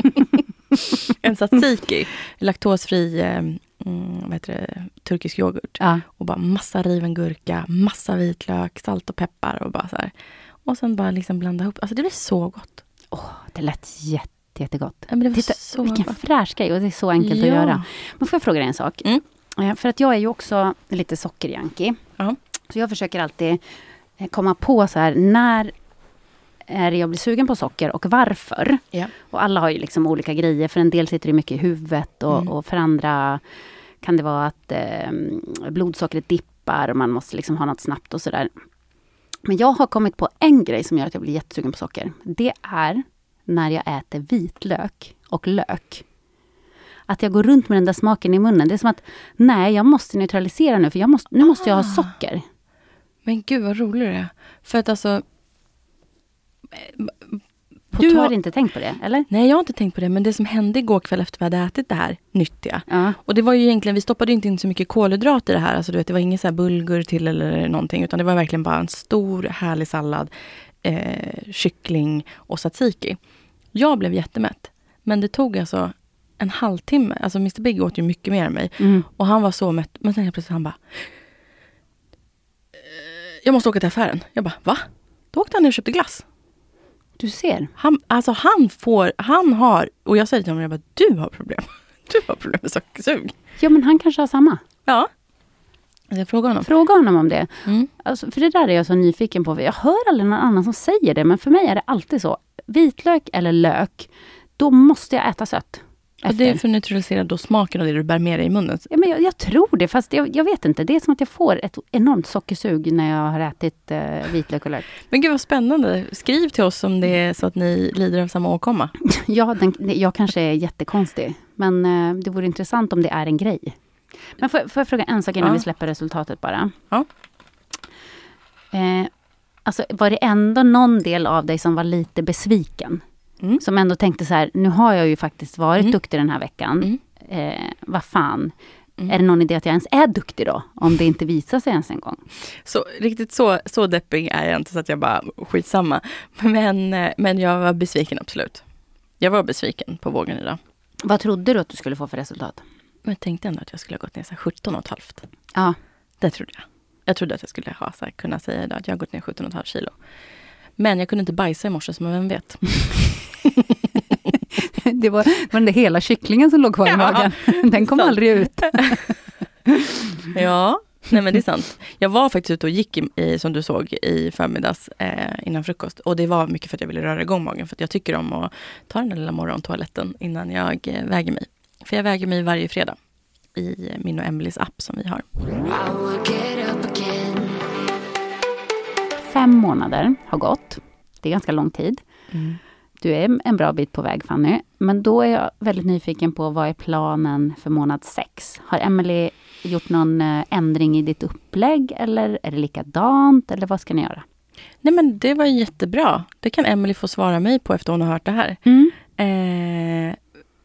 en tzatziki. Laktosfri... Um, Mm, vad heter det, turkisk yoghurt. Ja. Och bara massa riven gurka, massa vitlök, salt och peppar och bara så här. Och sen bara liksom blanda ihop. Alltså det blir så gott. Åh, oh, det lät jätte, jättegott. Ja, men det var Titta, så vilken gott. fräsch grej och det är så enkelt ja. att göra. Men får jag fråga dig en sak? Mm. För att jag är ju också lite sockerjanki. Ja. Så jag försöker alltid komma på så här, när är det jag blir sugen på socker och varför? Ja. Och alla har ju liksom olika grejer. För en del sitter det mycket i huvudet och, mm. och för andra kan det vara att eh, blodsockret dippar och man måste liksom ha något snabbt och sådär. Men jag har kommit på en grej som gör att jag blir jättesugen på socker. Det är när jag äter vitlök och lök. Att jag går runt med den där smaken i munnen. Det är som att, nej, jag måste neutralisera nu för jag måste, nu måste jag ha socker. Men gud vad roligt det är. För att alltså... Du har inte tänkt på det, eller? Nej, jag har inte tänkt på det. Men det som hände igår kväll efter vi hade ätit det här nyttiga. Ja. Och det var ju egentligen, vi stoppade inte in så mycket kolhydrater i det här. Alltså du vet, det var ingen så här bulgur till eller någonting. Utan det var verkligen bara en stor härlig sallad. eh, kyckling och tzatziki. Jag blev jättemätt. Men det tog alltså en halvtimme. Alltså mister Big åt ju mycket mer än mig. Mm. Och han var så mätt. Men sen helt plötsligt han bara... Jag måste åka till affären. Jag bara, va? Då åkte han ner och köpte glass. Du ser. Han, alltså han får... Han har... Och jag säger till honom, jag bara, du har problem. Du har problem med sockersug. Ja, men han kanske har samma. Ja. Jag frågar honom. Fråga honom om det. Mm. Alltså, för det där är jag så nyfiken på. Jag hör aldrig någon annan som säger det. Men för mig är det alltid så. Vitlök eller lök. Då måste jag äta sött. Och det är för att neutralisera då smaken och det du bär med dig i munnen. Ja, men jag, jag tror det. Fast jag, jag vet inte. Det är som att jag får ett enormt sockersug när jag har ätit eh, vitlök och lök. Men gud vad spännande. Skriv till oss om det är så att ni lider av samma åkomma. Ja, den, jag kanske är jättekonstig. Men eh, det vore intressant om det är en grej. Men får, får jag fråga en sak innan ja. vi släpper resultatet bara? Ja. Eh, alltså, var det ändå någon del av dig som var lite besviken? Mm. Som ändå tänkte så här, nu har jag ju faktiskt varit mm. duktig den här veckan. Mm. Eh, vad fan? Mm. Är det någon idé att jag ens är duktig då? Om det inte visar sig ens en gång. Så riktigt så, så deppig är jag inte så att jag bara skitsamma. Men, men jag var besviken absolut. Jag var besviken på vågen idag. Vad trodde du att du skulle få för resultat? Jag tänkte ändå att jag skulle ha gått ner så sjutton komma fem. Ja. Det trodde jag. Jag trodde att jag skulle ha så här, kunna säga idag att jag har gått ner sjutton komma fem kilo. Men jag kunde inte bajsa i morse som vem vet. Det var, det var den där hela kycklingen som låg kvar ja, i magen. Den kom aldrig ut. Ja, nej men det är sant. Jag var faktiskt ute och gick i, i, som du såg i förmiddags eh, innan frukost. Och det var mycket för att jag ville röra igång magen. För att jag tycker om att ta den där lilla morgontoaletten innan jag eh, väger mig. För jag väger mig varje fredag i min och Emelies app som vi har. Fem månader har gått. Det är ganska lång tid. Mm. Du är en bra bit på väg, Fanny. Men då är jag väldigt nyfiken på vad är planen för månad sex? Har Emily gjort någon ändring i ditt upplägg? Eller är det likadant? Eller vad ska ni göra? Nej men det var jättebra. Det kan Emily få svara mig på efter hon har hört det här. Mm. Eh,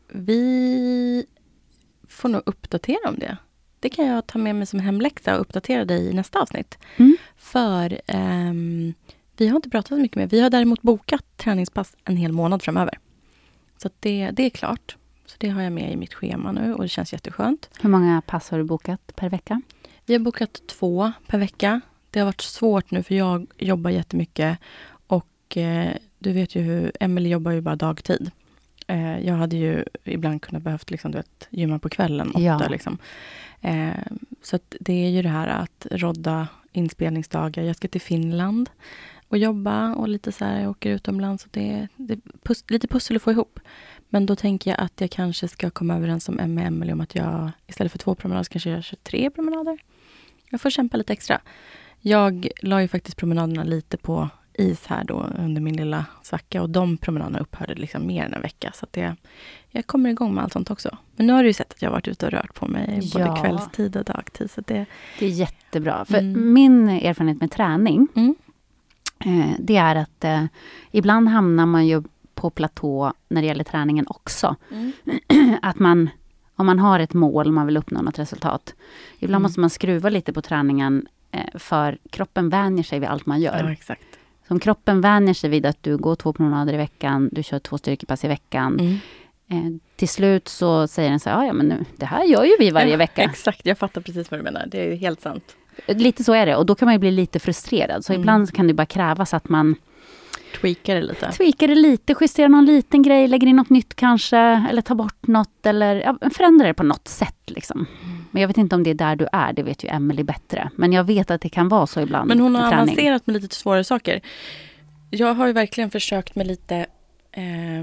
vi får nog uppdatera om det. Det kan jag ta med mig som hemläxa och uppdatera dig i nästa avsnitt. Mm. För ehm, vi har inte pratat så mycket mer. Vi har däremot bokat träningspass en hel månad framöver. Så att det, det är klart. Så det har jag med i mitt schema nu och det känns jätteskönt. Hur många pass har du bokat per vecka? Vi har bokat två per vecka. Det har varit svårt nu för jag jobbar jättemycket. Och eh, du vet ju hur Emily jobbar ju bara dagtid. Eh, jag hade ju ibland kunnat behövt liksom, du vet, gymma på kvällen. Åtta, ja. liksom. eh, så att det är ju det här att rodda inspelningsdagar. Jag ska till Finland och jobba och lite så här, jag åker utomlands. Och det, det är pus- lite pussel att få ihop. Men då tänker jag att jag kanske ska komma överens om med Emily om att jag istället för två promenader kanske jag kör tre promenader. Jag får kämpa lite extra. Jag la ju faktiskt promenaderna lite på is här då under min lilla svacka. Och de promenaderna upphörde liksom mer än en vecka. Så att det, jag kommer igång med allt sånt också. Men nu har du ju sett att jag har varit ute och rört på mig ja. både kvällstid och dagtid. Så det, det är jättebra. För mm. min erfarenhet med träning mm. eh, det är att eh, ibland hamnar man ju på platå när det gäller träningen också. Mm. Att man, om man har ett mål, man vill uppnå något resultat. Ibland mm. måste man skruva lite på träningen eh, för kroppen vänjer sig vid allt man gör. Ja, exakt. Så om kroppen vänjer sig vid att du går två promenader i veckan, du kör två styrkepass i veckan. Mm. Eh, till slut så säger den så här, ja men nu, det här gör ju vi varje ja, vecka. Exakt, jag fattar precis vad du menar. Det är helt sant. Lite så är det, och då kan man ju bli lite frustrerad. Så mm. ibland kan det bara krävas att man tweakar det lite. Tweakar det lite, justerar någon liten grej, lägger in något nytt kanske, eller tar bort något, eller ja, förändrar det på något sätt liksom. Mm. Men jag vet inte om det är där du är, det vet ju Emily bättre. Men jag vet att det kan vara så ibland. Men hon har avancerat med lite svårare saker. Jag har ju verkligen försökt med lite eh,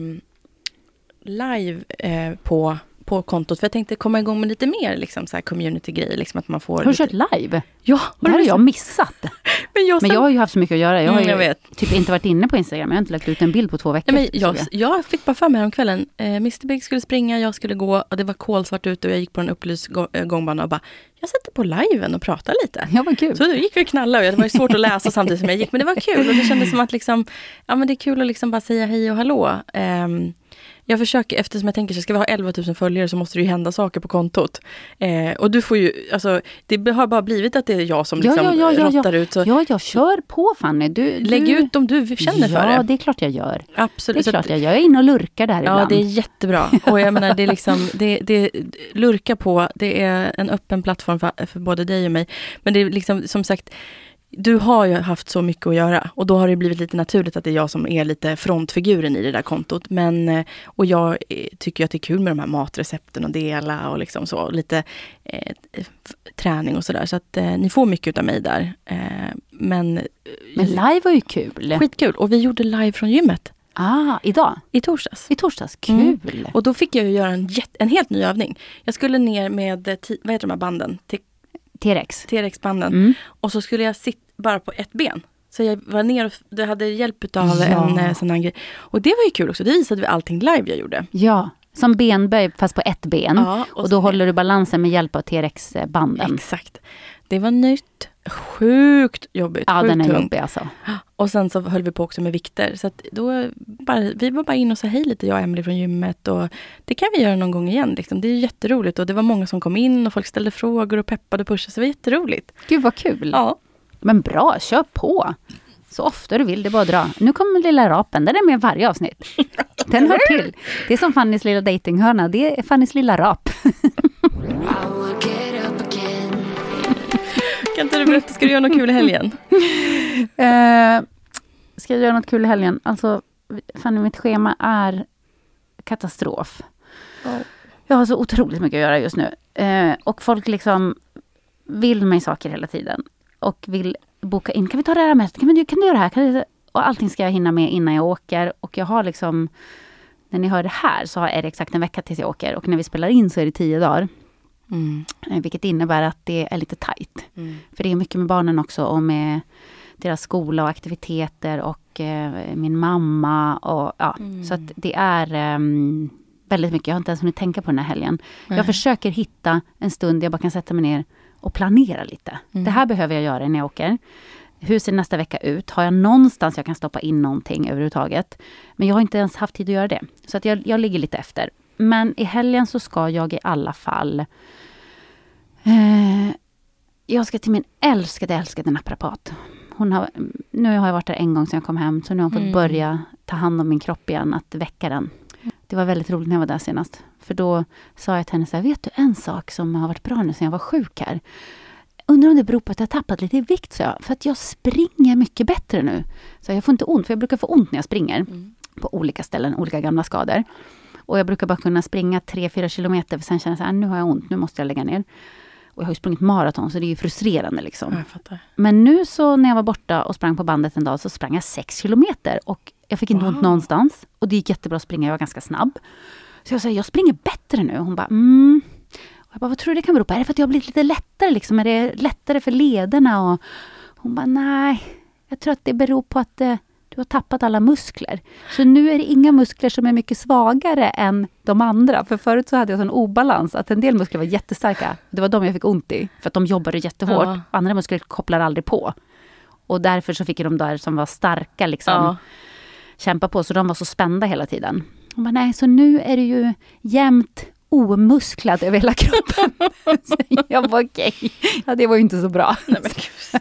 live eh, på, på kontot. För jag tänkte komma igång med lite mer liksom, så här community-grejer. Liksom, att man får har du lite... kört live? Ja. Det har jag missat. men, jag, men jag har ju haft så mycket att göra. Jag har mm, jag ju vet. typ inte varit inne på Instagram. Jag har inte lagt ut en bild på två veckor. Ja, men jag, jag fick bara för mig om kvällen. Eh, mister Big skulle springa, jag skulle gå. Och det var kolsvart ute och jag gick på en upplyst gångbana och bara... Jag sätter på liven och pratar lite. Ja, vad kul. Så då gick vi och knallade. Det var ju svårt att läsa samtidigt som jag gick. Men det var kul. Och det kändes som att liksom, ja, men det är kul att liksom bara säga hej och hallå. Um, jag försöker, eftersom jag tänker så ska vi ha elva tusen följare så måste det ju hända saker på kontot. Eh, och du får ju, alltså det har bara blivit att det är jag som liksom ja, ja, ja, rottar ja. ut. Så. Ja, jag kör på Fanny. Du, Lägg du... ut om du känner ja, för det. Ja, det är klart jag gör. Absolut. Det är klart jag gör. Jag är inne och lurkar där ja, ibland. Ja, det är jättebra. Och jag menar, det är liksom, det, det lurka på, det är en öppen plattform för, för både dig och mig. Men det är liksom, som sagt, du har ju haft så mycket att göra och då har det blivit lite naturligt att det är jag som är lite frontfiguren i det där kontot. Men, och jag tycker att det är kul med de här matrecepten och dela och liksom så, lite eh, träning och sådär. Så att eh, ni får mycket av mig där. Eh, men, men live var ju kul. Skitkul. Och vi gjorde live från gymmet. Ah, idag? I torsdags. I torsdags, kul. Mm. Och då fick jag ju göra en, jätt, en helt ny övning. Jag skulle ner med, vad heter de här banden? T- T-rex. T-rex-banden. Mm. Och så skulle jag sitta bara på ett ben. Så jag var ner och det hade hjälp av ja. en sån här grej. Och det var ju kul också. Det visade vi allting live jag gjorde. Ja, som benböj fast på ett ben. Ja, och, och då håller du balansen med hjälp av T-rex-banden. Exakt. Det var nytt. Sjukt jobbigt. Ja, sjukt den är tungt. jobbig alltså. Och sen så höll vi på också med vikter. Så att då bara, vi var bara in och sa hej lite, jag och Emily från gymmet. Och det kan vi göra någon gång igen. Liksom. Det är jätteroligt. Och det var många som kom in och folk ställde frågor och peppade och pushade. Så det var jätteroligt. Gud vad kul. Ja. Men bra, kör på. Så ofta du vill, det är bara att dra. Nu kommer lilla rapen, den är med varje avsnitt. Den hör till. Det är som Fannys lilla datinghörna, det är Fannys lilla rap. Kan inte du berätta, ska du göra något kul i helgen? uh, ska jag göra något kul i helgen? Alltså, Fanny, mitt schema är katastrof. Oh. Jag har så otroligt mycket att göra just nu. Uh, och folk liksom vill mig saker hela tiden. Och vill boka in. Kan vi ta det här mötet? Kan, vi, kan du göra det här? Kan du, och allting ska jag hinna med innan jag åker. Och jag har liksom, när ni hör det här så är det exakt en vecka tills jag åker. Och när vi spelar in så är det tio dagar. Mm. Vilket innebär att det är lite tajt. Mm. För det är mycket med barnen också. Och med deras skola och aktiviteter. Och eh, min mamma. Och, ja. Mm. Så att det är um, väldigt mycket. Jag har inte ens hunnit tänka på den här helgen. Nej. Jag försöker hitta en stund där jag bara kan sätta mig ner och planera lite. Mm. Det här behöver jag göra när jag åker. Hur ser nästa vecka ut? Har jag någonstans jag kan stoppa in någonting överhuvudtaget? Men jag har inte ens haft tid att göra det. Så att jag, jag ligger lite efter. Men i helgen så ska jag i alla fall... Eh, jag ska till min älskade, älskade naprapat. Hon har, nu har jag varit där en gång sedan jag kom hem. Så nu har hon fått mm. börja ta hand om min kropp igen. Att väcka den. Det var väldigt roligt när jag var där senast. För då sa jag till henne så här, vet du en sak som har varit bra nu sen jag var sjuk här? Undrar om det beror på att jag har tappat lite i vikt, så jag. För att jag springer mycket bättre nu. Så jag får inte ont, för jag brukar få ont när jag springer. Mm. På olika ställen, olika gamla skador. Och jag brukar bara kunna springa tre fyra kilometer. För sen känner jag så här, nu har jag ont, nu måste jag lägga ner. Och jag har ju sprungit maraton, så det är ju frustrerande liksom. Jag fattar. Men nu så när jag var borta och sprang på bandet en dag så sprang jag sex kilometer. Och jag fick inte wow. ont någonstans. Och det gick jättebra att springa, jag var ganska snabb. Så jag sa, jag springer bättre nu. Hon bara, mm. Och jag bara, vad tror du det kan bero på? Är det för att jag har blivit lite lättare liksom? Är det lättare för lederna? Och hon bara, nej. Jag tror att det beror på att eh, du har tappat alla muskler. Så nu är det inga muskler som är mycket svagare än de andra. För förut så hade jag sån obalans. Att en del muskler var jättestarka. Det var de jag fick ont i. För att de jobbade jättehårt. Ja. Andra muskler kopplar aldrig på. Och därför så fick jag de där som var starka liksom ja. kämpa på. Så de var så spända hela tiden. Hon bara, nej, så nu är det ju jämnt omusklad över hela kroppen. Så jag var okej. Okay. Ja, det var ju inte så bra. Nej, men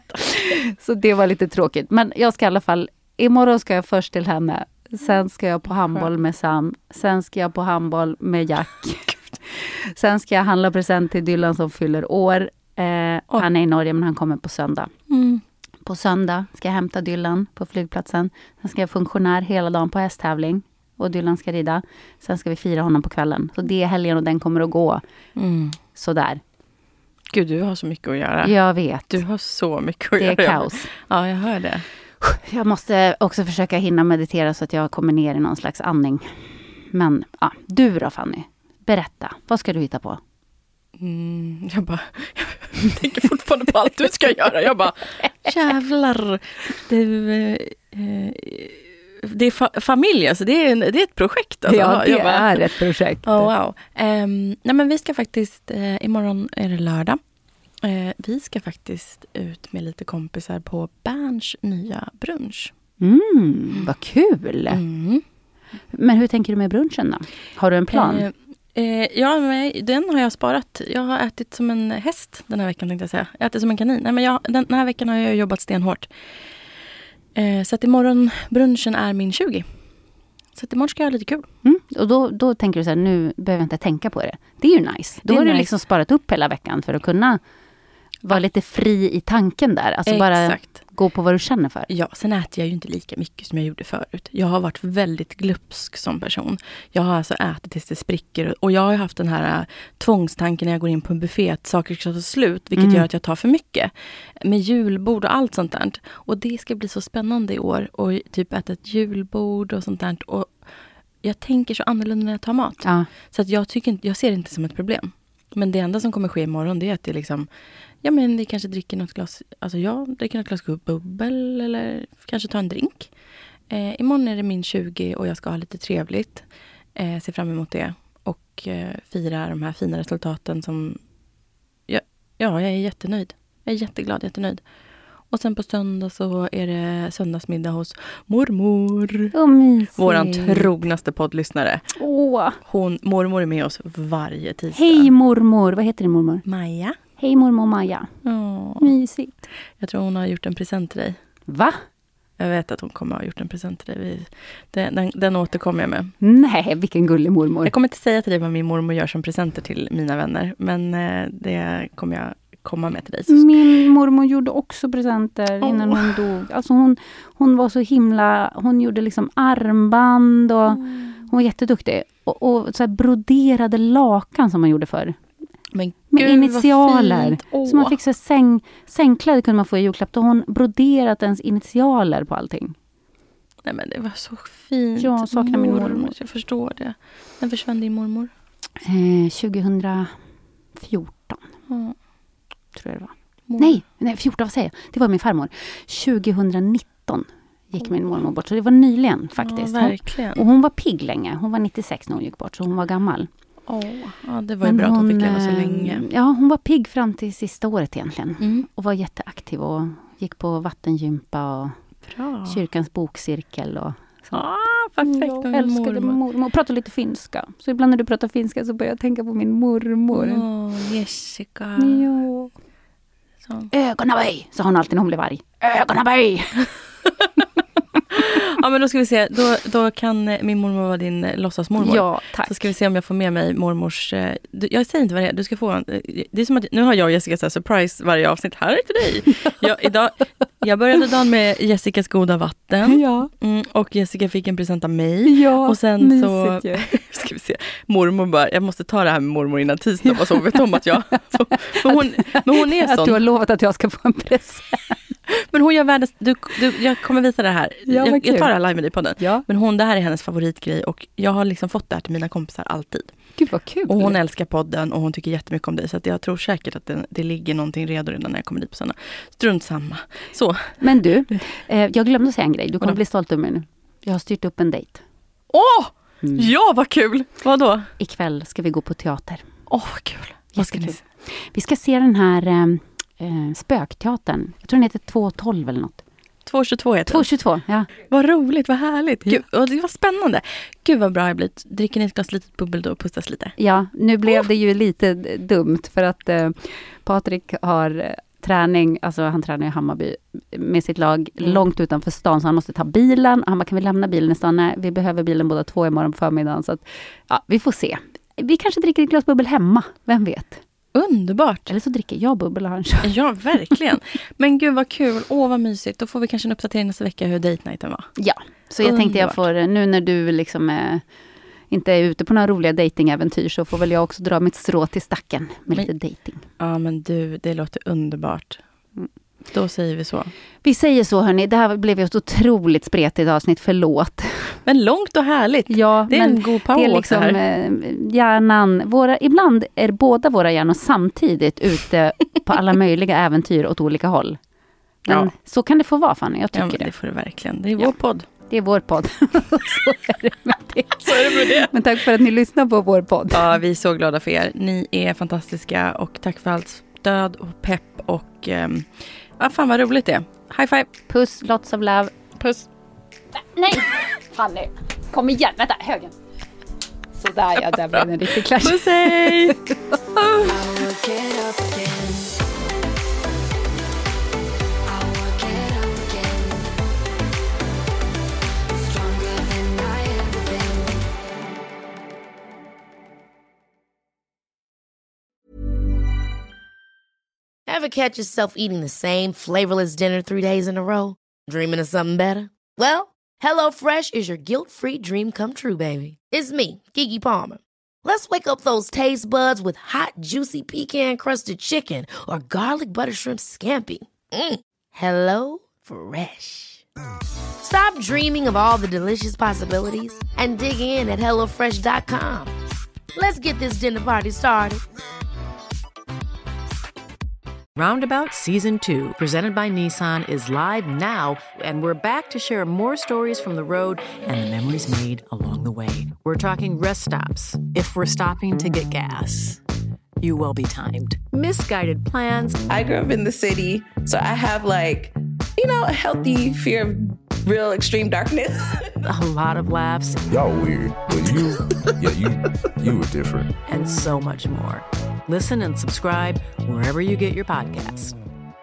så det var lite tråkigt. Men jag ska i alla fall, imorgon ska jag först till henne. Sen ska jag på handboll med Sam. Sen ska jag på handboll med Jack. Sen ska jag handla present till Dylan som fyller år. Eh, han är i Norge, men han kommer på söndag. Mm. På söndag ska jag hämta Dylan på flygplatsen. Sen ska jag funktionär hela dagen på hästtävling. Och Dylan ska rida. Sen ska vi fira honom på kvällen. Så det är helgen och den kommer att gå mm. sådär. Gud, du har så mycket att göra. Jag vet. Du har så mycket att det göra. Det är kaos. Ja, jag hör det. Jag måste också försöka hinna meditera så att jag kommer ner i någon slags andning. Men, ja, du då Fanny? Berätta, vad ska du hitta på? Mm, jag bara, jag tänker fortfarande på allt du ska göra. Jag bara, jävlar. Du... Eh, Det är fa- familj, alltså det är, en, det är ett projekt. Alltså. Ja, det bara, är ett projekt. Oh, wow. Um, nej, men vi ska faktiskt, uh, imorgon är det lördag. Uh, vi ska faktiskt ut med lite kompisar på Berns nya brunch. Mm, vad kul! Mm. Men hur tänker du med brunchen då? Har du en plan? Eh, eh, ja, men den har jag sparat. Jag har ätit som en häst den här veckan, tänkte jag säga. Jag ätit som en kanin. Nej, men jag, den, den här veckan har jag jobbat stenhårt. Eh, så att imorgon, brunchen är min tjugo. Så att imorgon ska jag ha lite kul. Mm. Och då, då tänker du så här, nu behöver jag inte tänka på det. Det är ju nice. Då är har du nice. liksom sparat upp hela veckan för att kunna vara lite fri i tanken där. Alltså bara Exakt. gå på vad du känner för. Ja, sen äter jag ju inte lika mycket som jag gjorde förut. Jag har varit väldigt glupsk som person. Jag har alltså ätit tills det spricker. Och jag har ju haft den här äh, tvångstanken när jag går in på en buffé att saker ska ta slut. Vilket Mm. gör att jag tar för mycket. Med julbord och allt sånt där. Och det ska bli så spännande i år. Och typ äta ett julbord och sånt där. Och jag tänker så annorlunda när jag tar mat. Ja. Så att jag, tycker inte, jag ser det inte som ett problem. Men det enda som kommer ske imorgon, det är att det liksom... Ja, men vi kanske dricker något glas... Alltså jag dricker något glas bubbel eller kanske ta en drink. Eh, imorgon är det min tjugo och jag ska ha lite trevligt. Eh, se fram emot det. Och eh, fira de här fina resultaten som... Ja, ja, jag är jättenöjd. Jag är jätteglad, jättenöjd. Och sen på söndag så är det söndagsmiddag hos mormor. Åh, mysigt. Våran trognaste poddlyssnare. Åh. Hon, mormor är med oss varje tisdag. Hej mormor. Vad heter din mormor? Maja. Hej mormor Maja. Åh. Mysigt. Jag tror hon har gjort en present till dig. Va? Jag vet att hon kommer ha gjort en present till dig. Vi, den, den, den återkommer jag med. Nej, vilken gullig mormor. Jag kommer inte säga till dig vad min mormor gör som presenter till mina vänner. Men eh, det kommer jag komma med till dig. Så Min mormor gjorde också presenter Åh. innan hon dog. Alltså hon, hon var så himla... Hon gjorde liksom armband och hon var jätteduktig. Och, och så här broderade lakan som man gjorde förr. Men Med gud, initialer. vad fint. Åh. Så man fick så här säng, sängkläder kunde man få i julklapp. Då hon broderat ens initialer på allting. Nej, men det var så fint. Jag saknar min mormor. Jag förstår det. När försvann din mormor? Eh, tjugohundrafjorton Ja. tror jag det var. Mor. Nej, nej, fjorton, vad säger jag? Det var min farmor. tjugohundranitton gick min mormor bort. Så det var nyligen faktiskt. Ja, verkligen. Och hon var pigg länge. Hon var nittiosex när hon gick bort. Så hon var gammal. Åh, ja, det var ju bra att hon fick leva så eh, länge. Ja, hon var pigg fram till sista året egentligen. Mm. Och var jätteaktiv och gick på vattengympa och Bra. kyrkans bokcirkel. Och så. Ah, perfekt. Jag älskade mormor. Och pratade lite finska. Så ibland när du pratar finska så börjar jag tänka på min mormor. Åh, Jessica. Ja. Så. Ögonaböj, sa hon alltid när hon blev arg. Ögonaböj! Ja, men då ska vi se. Då, då kan min mormor vara din låtsasmormor. Ja, tack. Så ska vi se om jag får med mig mormors... eh, Du, jag säger inte vad det är. Du ska få en, det är som att nu har jag och Jessica så här surprise varje avsnitt. Här är till dig. Jag, idag, jag började dagen med Jessicas goda vatten. Ja. Mm, och Jessica fick en present av mig. Ja, och sen mysigt så ju. ska vi se. Mormor bara, jag måste ta det här med mormor innan tisdag. Och så vet om att jag... Men hon, men hon är Att sån. du har lovat att jag ska få en present. Men hon gör världens... Du, du, jag kommer visa det här. Ja, jag, vad jag kul. tar det här live med dig på den. Ja. Men hon, det här är hennes favoritgrej. Och jag har liksom fått det här till mina kompisar alltid. Gud vad kul. Och hon älskar podden och hon tycker jättemycket om dig. Så att jag tror säkert att det, det ligger någonting redo redan när jag kommer dit på söndag. Strunt samma. Så. Men du, eh, jag glömde säga en grej. Du kommer Vadå? bli stolt över mig nu. Jag har styrt upp en dejt. Åh! Mm. Ja, vad kul! Vad då? Ikväll ska vi gå på teater. Åh, vad kul. Vad ska ni Jättekul. se? Vi ska se den här eh, eh, spökteatern. Jag tror den heter två tolv eller något. två tjugotvå heter två det. tjugotvå, ja. Vad roligt, vad härligt. Gud, och det var spännande. Gud vad bra jag blivit. Dricker ni ett glas litet bubbel då och pustas lite? Ja, nu blev det ju lite d- dumt för att eh, Patrik har eh, träning, alltså han tränar i Hammarby med sitt lag Mm. långt utanför stan, så han måste ta bilen. Han bara, kan vi lämna bilen i stan? Nej, vi behöver bilen båda två imorgon på förmiddagen, så att, ja, vi får se. Vi kanske dricker ett glas bubbel hemma, vem vet? Underbart. Eller så dricker jag bubbel och han kör. Ja, verkligen. Men gud vad kul. Åh, vad mysigt. Då får vi kanske en uppdatering nästa vecka hur date nighten var. Ja, så jag tänkte jag får, nu när du liksom är, inte är ute på några roliga datingäventyr, så får väl jag också dra mitt strå till stacken med Men- lite dating. Ja, men du, det låter underbart. Mm. Då säger vi så. Vi säger så hörni, det här blev ju ett otroligt spretigt avsnitt, förlåt. Men långt och härligt. Ja, Det är men en god paus det är liksom här. eh, hjärnan, våra, ibland är båda våra hjärnor samtidigt ute på alla möjliga äventyr åt olika håll. Men Ja. så kan det få vara, Fanny, jag Ja, tycker men det. det får det verkligen. Det är Ja. vår podd. Det är vår podd. Så är det med det. Så är det med det. Men tack för att ni lyssnar på vår podd. Ja, vi är så glada för er. Ni är fantastiska och tack för allt stöd och pepp och um, ja, fan vad roligt det är. High five. Puss, lots of love. Puss. Nej, Fanny. Kom igen, vänta, högen. Sådär, ja, där blev en riktig clash. Puss, hej! Ever catch yourself eating the same flavorless dinner three days in a row? Dreaming of something better? Well, HelloFresh is your guilt-free dream come true, baby. It's me, Keke Palmer. Let's wake up those taste buds with hot, juicy pecan-crusted chicken or garlic butter shrimp scampi. Mm. Hello Fresh. Stop dreaming of all the delicious possibilities and dig in at hello fresh dot com. Let's get this dinner party started. Roundabout Season two, presented by Nissan, is live now, and we're back to share more stories from the road and the memories made along the way. We're talking rest stops, if we're stopping to get gas. You will be timed. Misguided plans. I grew up in the city, so I have like, you know, a healthy fear of real extreme darkness. A lot of laughs. Y'all weird, but you, yeah, you, you were different. And so much more. Listen and subscribe wherever you get your podcasts.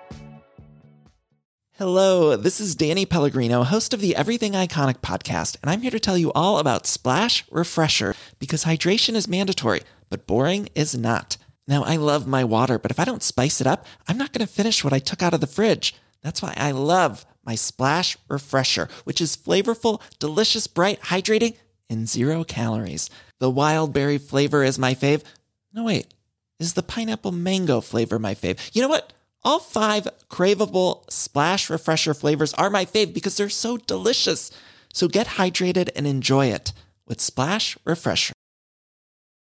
Hello, this is Danny Pellegrino, host of the Everything Iconic podcast, and I'm here to tell you all about Splash Refresher, because hydration is mandatory, but boring is not. Now, I love my water, but if I don't spice it up, I'm not going to finish what I took out of the fridge. That's why I love my Splash Refresher, which is flavorful, delicious, bright, hydrating, and zero calories. The wild berry flavor is my fave. No, wait. Is the pineapple mango flavor my fave? You know what? All five craveable Splash Refresher flavors are my fave because they're so delicious. So get hydrated and enjoy it with Splash Refresher.